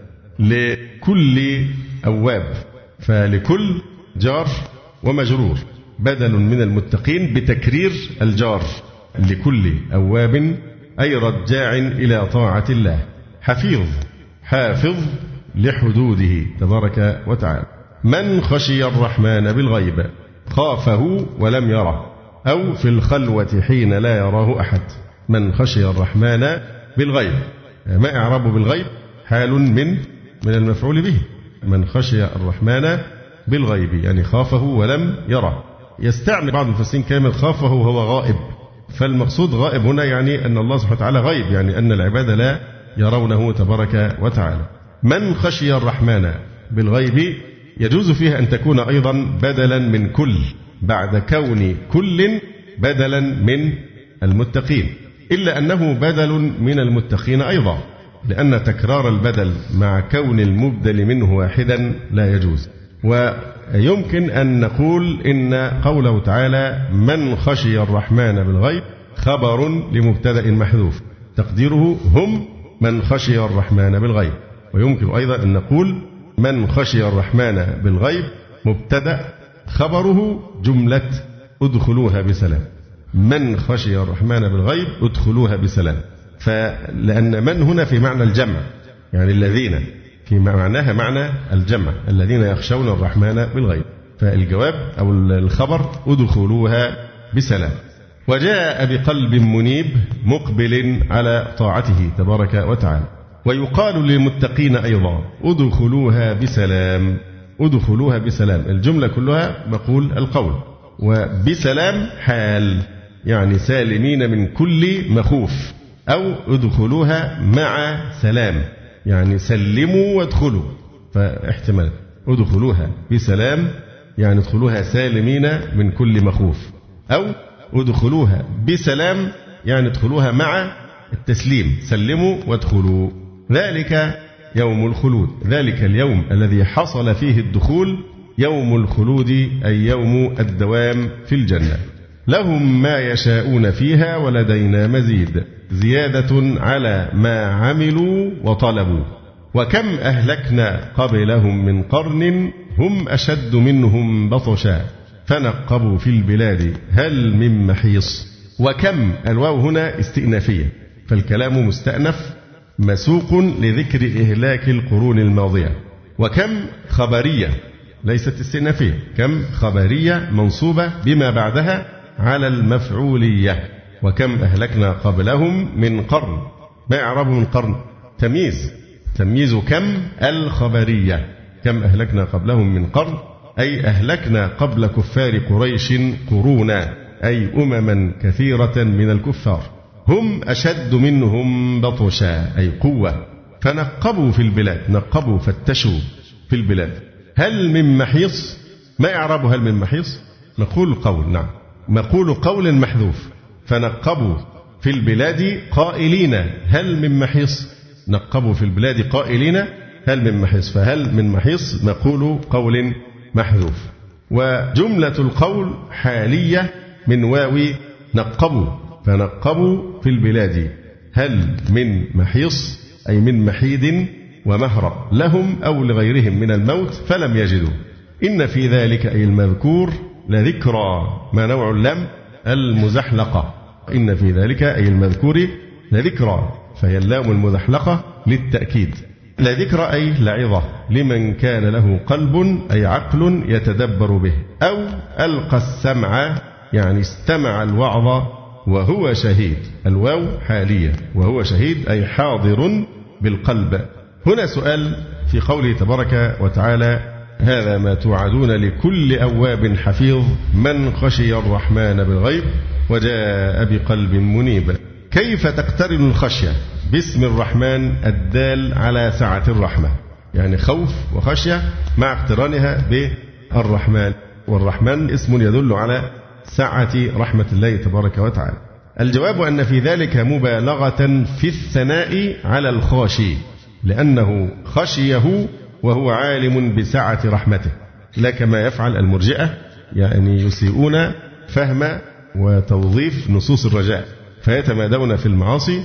لكل أواب، فلكل جار ومجرور بدل من المتقين بتكرير الجار لكل أواب أي رجاع إلى طاعة الله، حفيظ حافظ لحدوده تبارك وتعالى. من خشي الرحمن بالغيب خافه ولم يره، أو في الخلوة حين لا يراه أحد. من خشي الرحمن بالغيب، ما إعرابه بالغيب؟ حال من من المفعول به، من خشي الرحمن بالغيب يعني خافه ولم يره. يستعمل بعض المفسرين كلمة خافه وهو غائب، فالمقصود غائب هنا يعني أن الله سبحانه وتعالى غيب، يعني أن العباد لا يرونه تبارك وتعالى. من خشي الرحمن بالغيب يجوز فيها أن تكون أيضا بدلا من كل، بعد كون كل بدلا من المتقين، إلا أنه بدل من المتقين أيضا، لأن تكرار البدل مع كون المبدل منه واحدا لا يجوز. ويمكن أن نقول إن قوله تعالى من خشي الرحمن بالغيب خبر لمبتدأ محذوف تقديره هم من خشي الرحمن بالغيب. ويمكن أيضا أن نقول من خشي الرحمن بالغيب مبتدأ خبره جملة ادخلوها بسلام، من خشي الرحمن بالغيب ادخلوها بسلام. فلأن من هنا في معنى الجمع، يعني الذين في معناها معنى الجمع الذين يخشون الرحمن بالغيب، فالجواب أو الخبر ادخلوها بسلام. وجاء بقلب منيب مقبل على طاعته تبارك وتعالى. ويقال للمتقين أيضا ادخلوها بسلام، ادخلوها بسلام. الجملة كلها مقول القول، وبسلام حال، يعني سالمين من كل مخوف، أو ادخلوها مع سلام، يعني سلموا وادخلوا. فاحتمال ادخلوها بسلام يعني ادخلوها سالمين من كل مخوف، أو ادخلوها بسلام يعني ادخلوها مع التسليم، سلموا وادخلوا. ذلك يوم الخلود، ذلك اليوم الذي حصل فيه الدخول يوم الخلود، أي يوم الدوام في الجنة. لهم ما يشاءون فيها ولدينا مزيد، زيادة على ما عملوا وطلبوا. وكم أهلكنا قبلهم من قرن هم أشد منهم بطشا فنقبوا في البلاد هل من محيص. وكم، الواو هنا استئنافية، فالكلام مستأنف مسوق لذكر إهلاك القرون الماضية. وكم خبرية ليست استئنافية، كم خبرية منصوبة بما بعدها على المفعولية. وكم أهلكنا قبلهم من قرن، ما إعراب من قرن؟ تمييز، تمييز كم الخبرية. كم أهلكنا قبلهم من قرن أي أهلكنا قبل كفار قريش قرونا، أي أمما كثيرة من الكفار. هم أشد منهم بطشا أي قوة. فنقبوا في البلاد، نقبوا فتشوا في البلاد. هل من محيص، ما إعراب هل من محيص؟ مقول قول، نعم مقول قول محذوف. فنقبوا في البلاد قائلين هل من محيص، نقبوا في البلاد قائلين هل من محيص، فهل من محيص مقول قول محذوف. وجملة القول حالية من واو نقبوا، فنقبوا في البلاد هل من محيص أي من محيد ومهرب لهم أو لغيرهم من الموت فلم يجدوا. إن في ذلك أي المذكور لذكرى، ما نوع اللام؟ المزحلقة. إن في ذلك أي المذكور لذكرى، فهي اللام المزحلقة للتأكيد. لذكرى أي لعظة لمن كان له قلب أي عقل يتدبر به، أو ألقى السمع يعني استمع الوعظ وهو شهيد. الواو حالية، وهو شهيد أي حاضر بالقلب. هنا سؤال في قوله تبارك وتعالى هذا ما توعدون لكل أواب حفيظ من خشي الرحمن بالغيب وجاء بقلب منيب. كيف تقترن الخشية باسم الرحمن الدال على سعة الرحمة؟ يعني خوف وخشية مع اقترانها بالرحمن، والرحمن اسم يدل على سعة رحمة الله تبارك وتعالى. الجواب أن في ذلك مبالغة في الثناء على الخاشي، لأنه خشيه وهو عالم بسعة رحمته، لا كما يفعل المرجئة، يعني يسيئون فهم وتوظيف نصوص الرجاء فيتمادون في المعاصي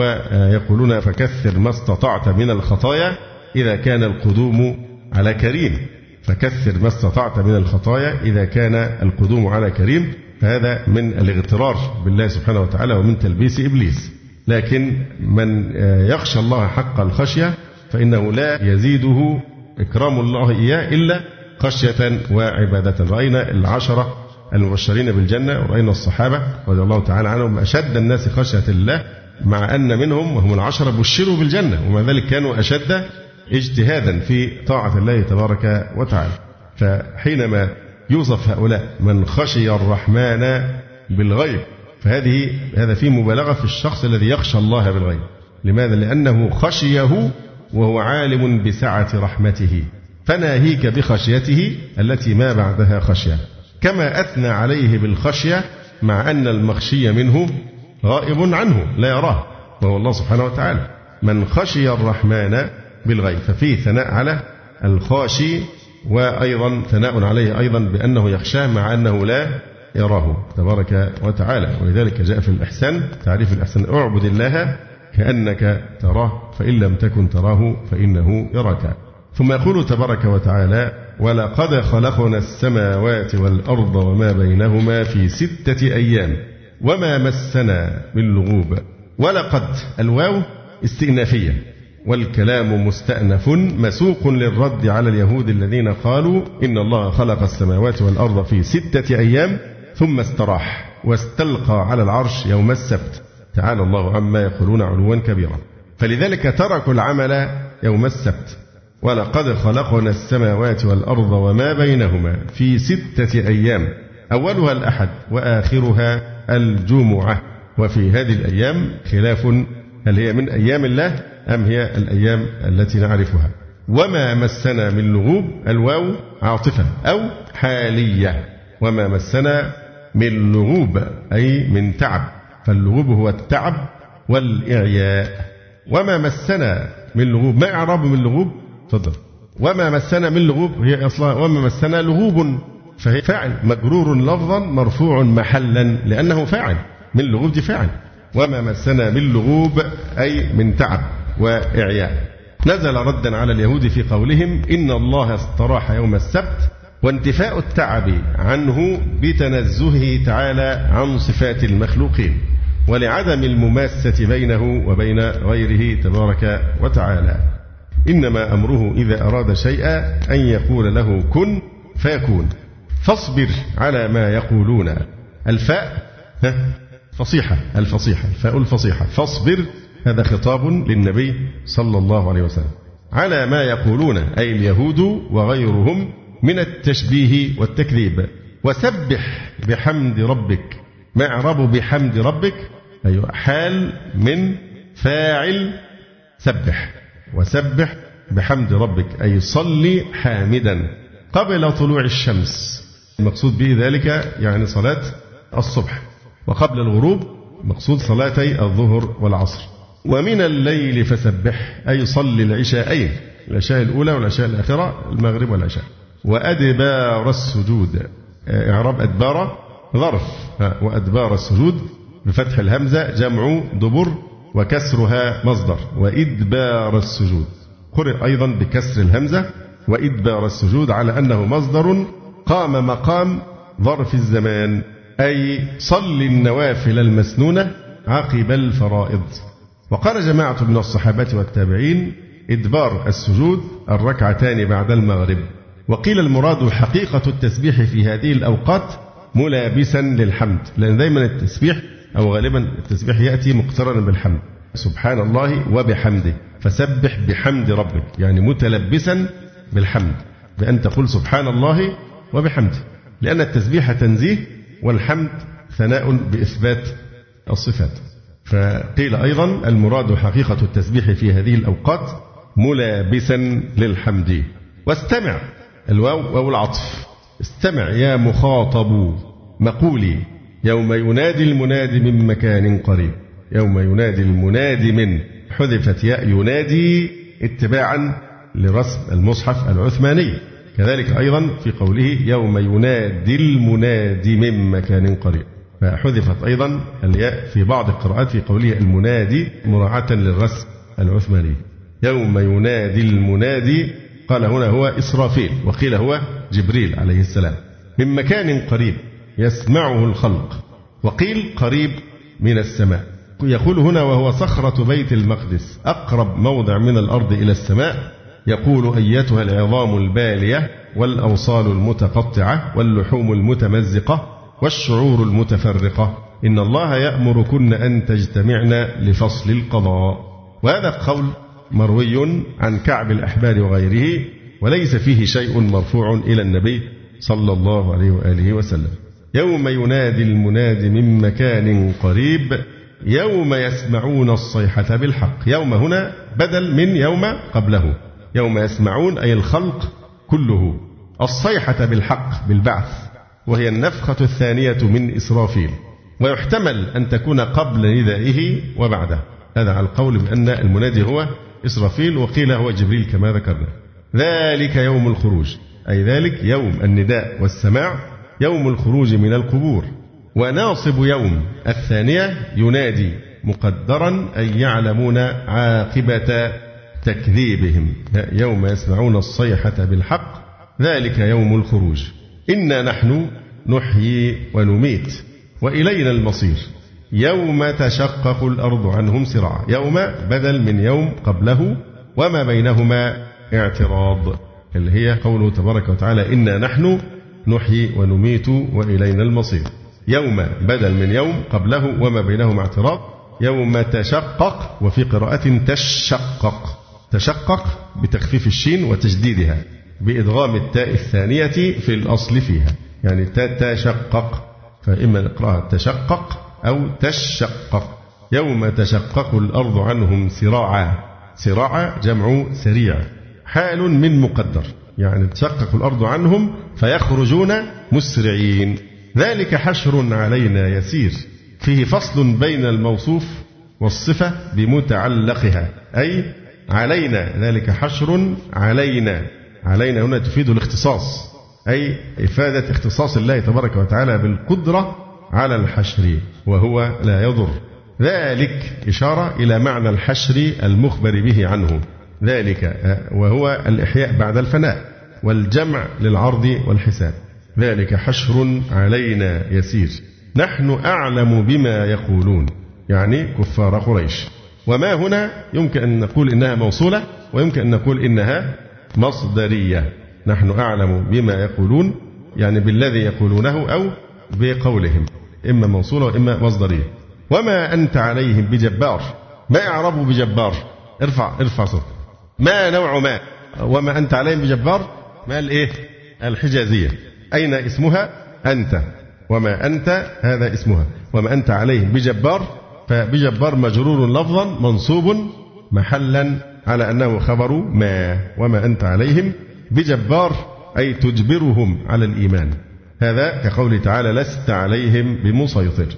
ويقولون فكثر ما استطعت من الخطايا إذا كان القدوم على كريم، فكثر ما استطعت من الخطايا إذا كان القدوم على كريم. فهذا من الاغترار بالله سبحانه وتعالى ومن تلبيس إبليس. لكن من يخشى الله حق الخشية فإنه لا يزيده إكرام الله إياه إلا خشية وعبادة. رأينا العشرة المبشرين بالجنة ورأينا الصحابة رضي الله تعالى عنهم أشد الناس خشية الله، مع أن منهم وهم العشرة بشروا بالجنة ومع ذلك كانوا أشد اجتهادا في طاعة الله تبارك وتعالى. فحينما يوصف هؤلاء من خشي الرحمن بالغيب فهذه هذا فيه مبالغة في الشخص الذي يخشى الله بالغيب. لماذا؟ لأنه خشيه وهو عالم بسعة رحمته، فناهيك بخشيته التي ما بعدها خشية. كما أثنى عليه بالخشية مع أن المخشي منه غائب عنه لا يراه وهو الله سبحانه وتعالى. من خشي الرحمن بالغيب، ففيه ثناء على الخاشي وأيضا ثناء عليه أيضا بأنه يخشاه مع أنه لا يراه تبارك وتعالى. ولذلك جاء في الإحسان تعريف الإحسان اعبد الله كأنك تراه فإن لم تكن تراه فإنه يراك. ثم يقول تبارك وتعالى ولقد خلقنا السماوات والأرض وما بينهما في ستة أيام وما مسنا من لغوب. ولقد الواو استئنافية، والكلام مستأنف مسوق للرد على اليهود الذين قالوا إن الله خلق السماوات والأرض في ستة أيام ثم استراح واستلقى على العرش يوم السبت تعالى الله عما يقولون علوا كبيرا. فلذلك تركوا العمل يوم السبت. ولقد خلقنا السماوات والأرض وما بينهما في ستة أيام أولها الأحد وآخرها الجمعة. وفي هذه الأيام خلاف هل هي من أيام الله أم هي الأيام التي نعرفها. وما مسنا من لغوب الواو عاطفة أو حالية. وما مسنا من لغوب أي من تعب، فاللغوب هو التعب والإعياء. وما مسنا من لغوب، ما إعراب من لغوب؟ تفضل. وما مسنا من لغوب هي أصلا وما مسنا لغوب، فهي فاعل مجرور لفظا مرفوع محلا لأنه فاعل، من لغوب دي فاعل. وما مسنا من لغوب أي من تعب وإعياء. نزل ردا على اليهود في قولهم إن الله استراح يوم السبت، وانتفاء التعب عنه بتنزهه تعالى عن صفات المخلوقين ولعدم المماسة بينه وبين غيره تبارك وتعالى. إنما أمره إذا أراد شيئا أن يقول له كن فيكون. فاصبر على ما يقولون. الفاء فصيحة، الفصيحة الفاء الفصيحة. فاصبر هذا خطاب للنبي صلى الله عليه وسلم على ما يقولون أي اليهود وغيرهم من التشبيه والتكذيب. وسبح بحمد ربك. ما إعراب بحمد ربك؟ أيوة حال من فاعل سبح. وسبح بحمد ربك أي صلي حامدا قبل طلوع الشمس. المقصود به ذلك يعني صلاة الصبح، وقبل الغروب مقصود صلاتي الظهر والعصر. ومن الليل فسبح أي صلي العشاءين، العشاء الأولى والعشاء الآخرة، المغرب والعشاء. وأدبار السجود. إعراب أدبار ظرف، وأدبار السجود بفتح الهمزة جمع دبر وكسرها مصدر. وإدبار السجود قرئ أيضا بكسر الهمزة وإدبار السجود على أنه مصدر قام مقام ظرف الزمان، أي صل النوافل المسنونة عقب الفرائض. وقال جماعة من الصحابة والتابعين إدبار السجود الركعتان بعد المغرب. وقيل المراد حقيقة التسبيح في هذه الأوقات ملابسا للحمد، لأن دائما التسبيح أو غالبا التسبيح يأتي مقترنا بالحمد، سبحان الله وبحمده. فسبح بحمد ربك يعني متلبسا بالحمد، بأن تقول سبحان الله وبحمده، لأن التسبيح تنزيه والحمد ثناء بإثبات الصفات. فقيل أيضا المراد حقيقة التسبيح في هذه الأوقات ملابسا للحمد. واستمع الواو واو العطف. استمع يا مخاطب مقولي يوم ينادي المنادي من مكان قريب. يوم ينادي المنادي من حذفت ياء ينادي اتباعا لرسم المصحف العثماني. كذلك أيضا في قوله يوم ينادي المنادي من مكان قريب، فحذفت أيضا الياء في بعض القراءات في قوله المنادي مراعاة للرسم العثماني. يوم ينادي المنادي قال هنا هو إسرافيل، وقيل هو جبريل عليه السلام. من مكان قريب يسمعه الخلق، وقيل قريب من السماء. يقول هنا وهو صخرة بيت المقدس أقرب موضع من الأرض إلى السماء. يقول أيتها العظام البالية والأوصال المتقطعة واللحوم المتمزقة والشعور المتفرقة إن الله يأمركن أن تجتمعن لفصل القضاء. وهذا قول مروي عن كعب الأحبار وغيره، وليس فيه شيء مرفوع إلى النبي صلى الله عليه وآله وسلم. يوم ينادي المنادي من مكان قريب يوم يسمعون الصيحة بالحق. يوم هنا بدل من يوم قبله، يوم يسمعون أي الخلق كله الصيحة بالحق بالبعث، وهي النفخة الثانية من إسرافيل، ويحتمل أن تكون قبل ندائه وبعده. هذا على القول بأن المنادي هو إسرافيل، وقيل هو جبريل كما ذكرنا. ذلك يوم الخروج أي ذلك يوم النداء والسماع، يوم الخروج من القبور. وناصب يوم الثانية ينادي مقدرا أي يعلمون عاقبة تكذيبهم. يوم يسمعون الصيحة بالحق ذلك يوم الخروج. إنا نحن نحيي ونميت وإلينا المصير. يوم تشقق الأرض عنهم سراعا. يوم بدل من يوم قبله وما بينهما اعتراض، اللي هي قوله تبارك وتعالى إنا نحن نحيي ونميت وإلينا المصير. يوم بدل من يوم قبله وما بينهما اعتراض. يوم تشقق، وفي قراءة تشقق، تشقق بتخفيف الشين وتشديدها بإدغام التاء الثانية في الأصل فيها، يعني تشقق، فإما نقرأها تشقق أو تشقق. يوم تشقق الأرض عنهم سراعا، سراعا جمع سريع، حال من مقدر، يعني تشقق الأرض عنهم فيخرجون مسرعين. ذلك حشر علينا يسير، فيه فصل بين الموصوف والصفة بمتعلقها، أي علينا، ذلك حشر علينا. علينا هنا تفيد الاختصاص، أي إفادة اختصاص الله تبارك وتعالى بالقدرة على الحشر، وهو لا يضر. ذلك إشارة إلى معنى الحشر المخبر به عنه، ذلك وهو الإحياء بعد الفناء والجمع للعرض والحساب. ذلك حشر علينا يسير، نحن أعلم بما يقولون، يعني كفار قريش. وما هنا يمكن أن نقول إنها موصولة، ويمكن أن نقول إنها مصدرية. نحن أعلم بما يقولون، يعني بالذي يقولونه أو بقولهم، إما موصولة وإما مصدرية. وما أنت عليهم بجبار، ما إعرابه بجبار؟ ارفع ارفع صوت. ما نوع ما؟ وما أنت عليهم بجبار، ما الإيه؟ الحجازية. أين اسمها؟ أنت. وما أنت هذا اسمها، وما أنت عليهم بجبار، فبجبار مجرور لفظا منصوب محلا على أنه خبر ما. وما أنت عليهم بجبار أي تجبرهم على الإيمان، هذا كقوله تعالى لست عليهم بمسيطر.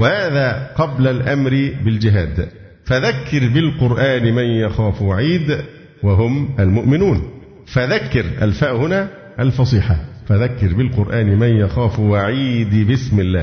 وهذا قبل الأمر بالجهاد. فذكر بالقرآن من يخاف وعيد وهم المؤمنون. فذكر، الفاء هنا الفصيحة، فذكر بالقرآن من يخاف وعيد بسم الله،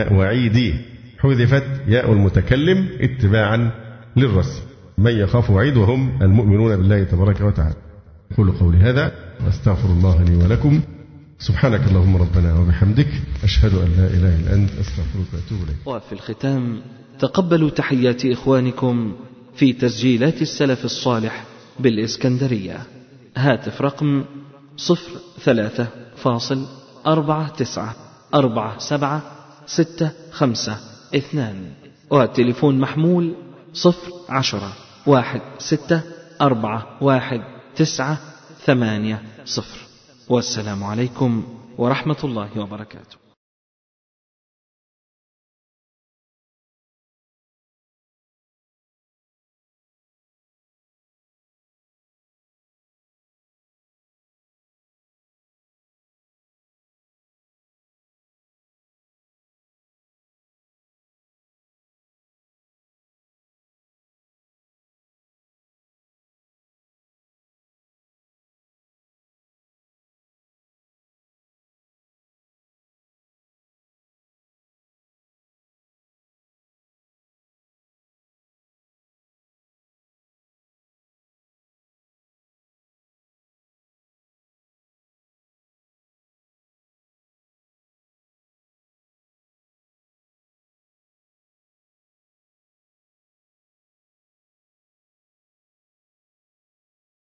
وعيدي حذفت ياء المتكلم اتباعا للرسم، من يخاف وعيد وهم المؤمنون بالله تبارك وتعالى. أقول قولي هذا واستغفر الله لي ولكم. سبحانك اللهم ربنا وبحمدك، أشهد أن لا إله إلا أنت، أستغفرك وأتوب إليك. وفي الختام تقبلوا تحيات إخوانكم في تسجيلات السلف الصالح بالإسكندرية. هاتف رقم صفر ثلاثة فاصل أربعة تسعة أربعة سبعة ستة خمسة اثنان، والتليفون محمول صفر عشرة واحد ستة أربعة واحد تسعة ثمانية صفر. والسلام عليكم ورحمة الله وبركاته.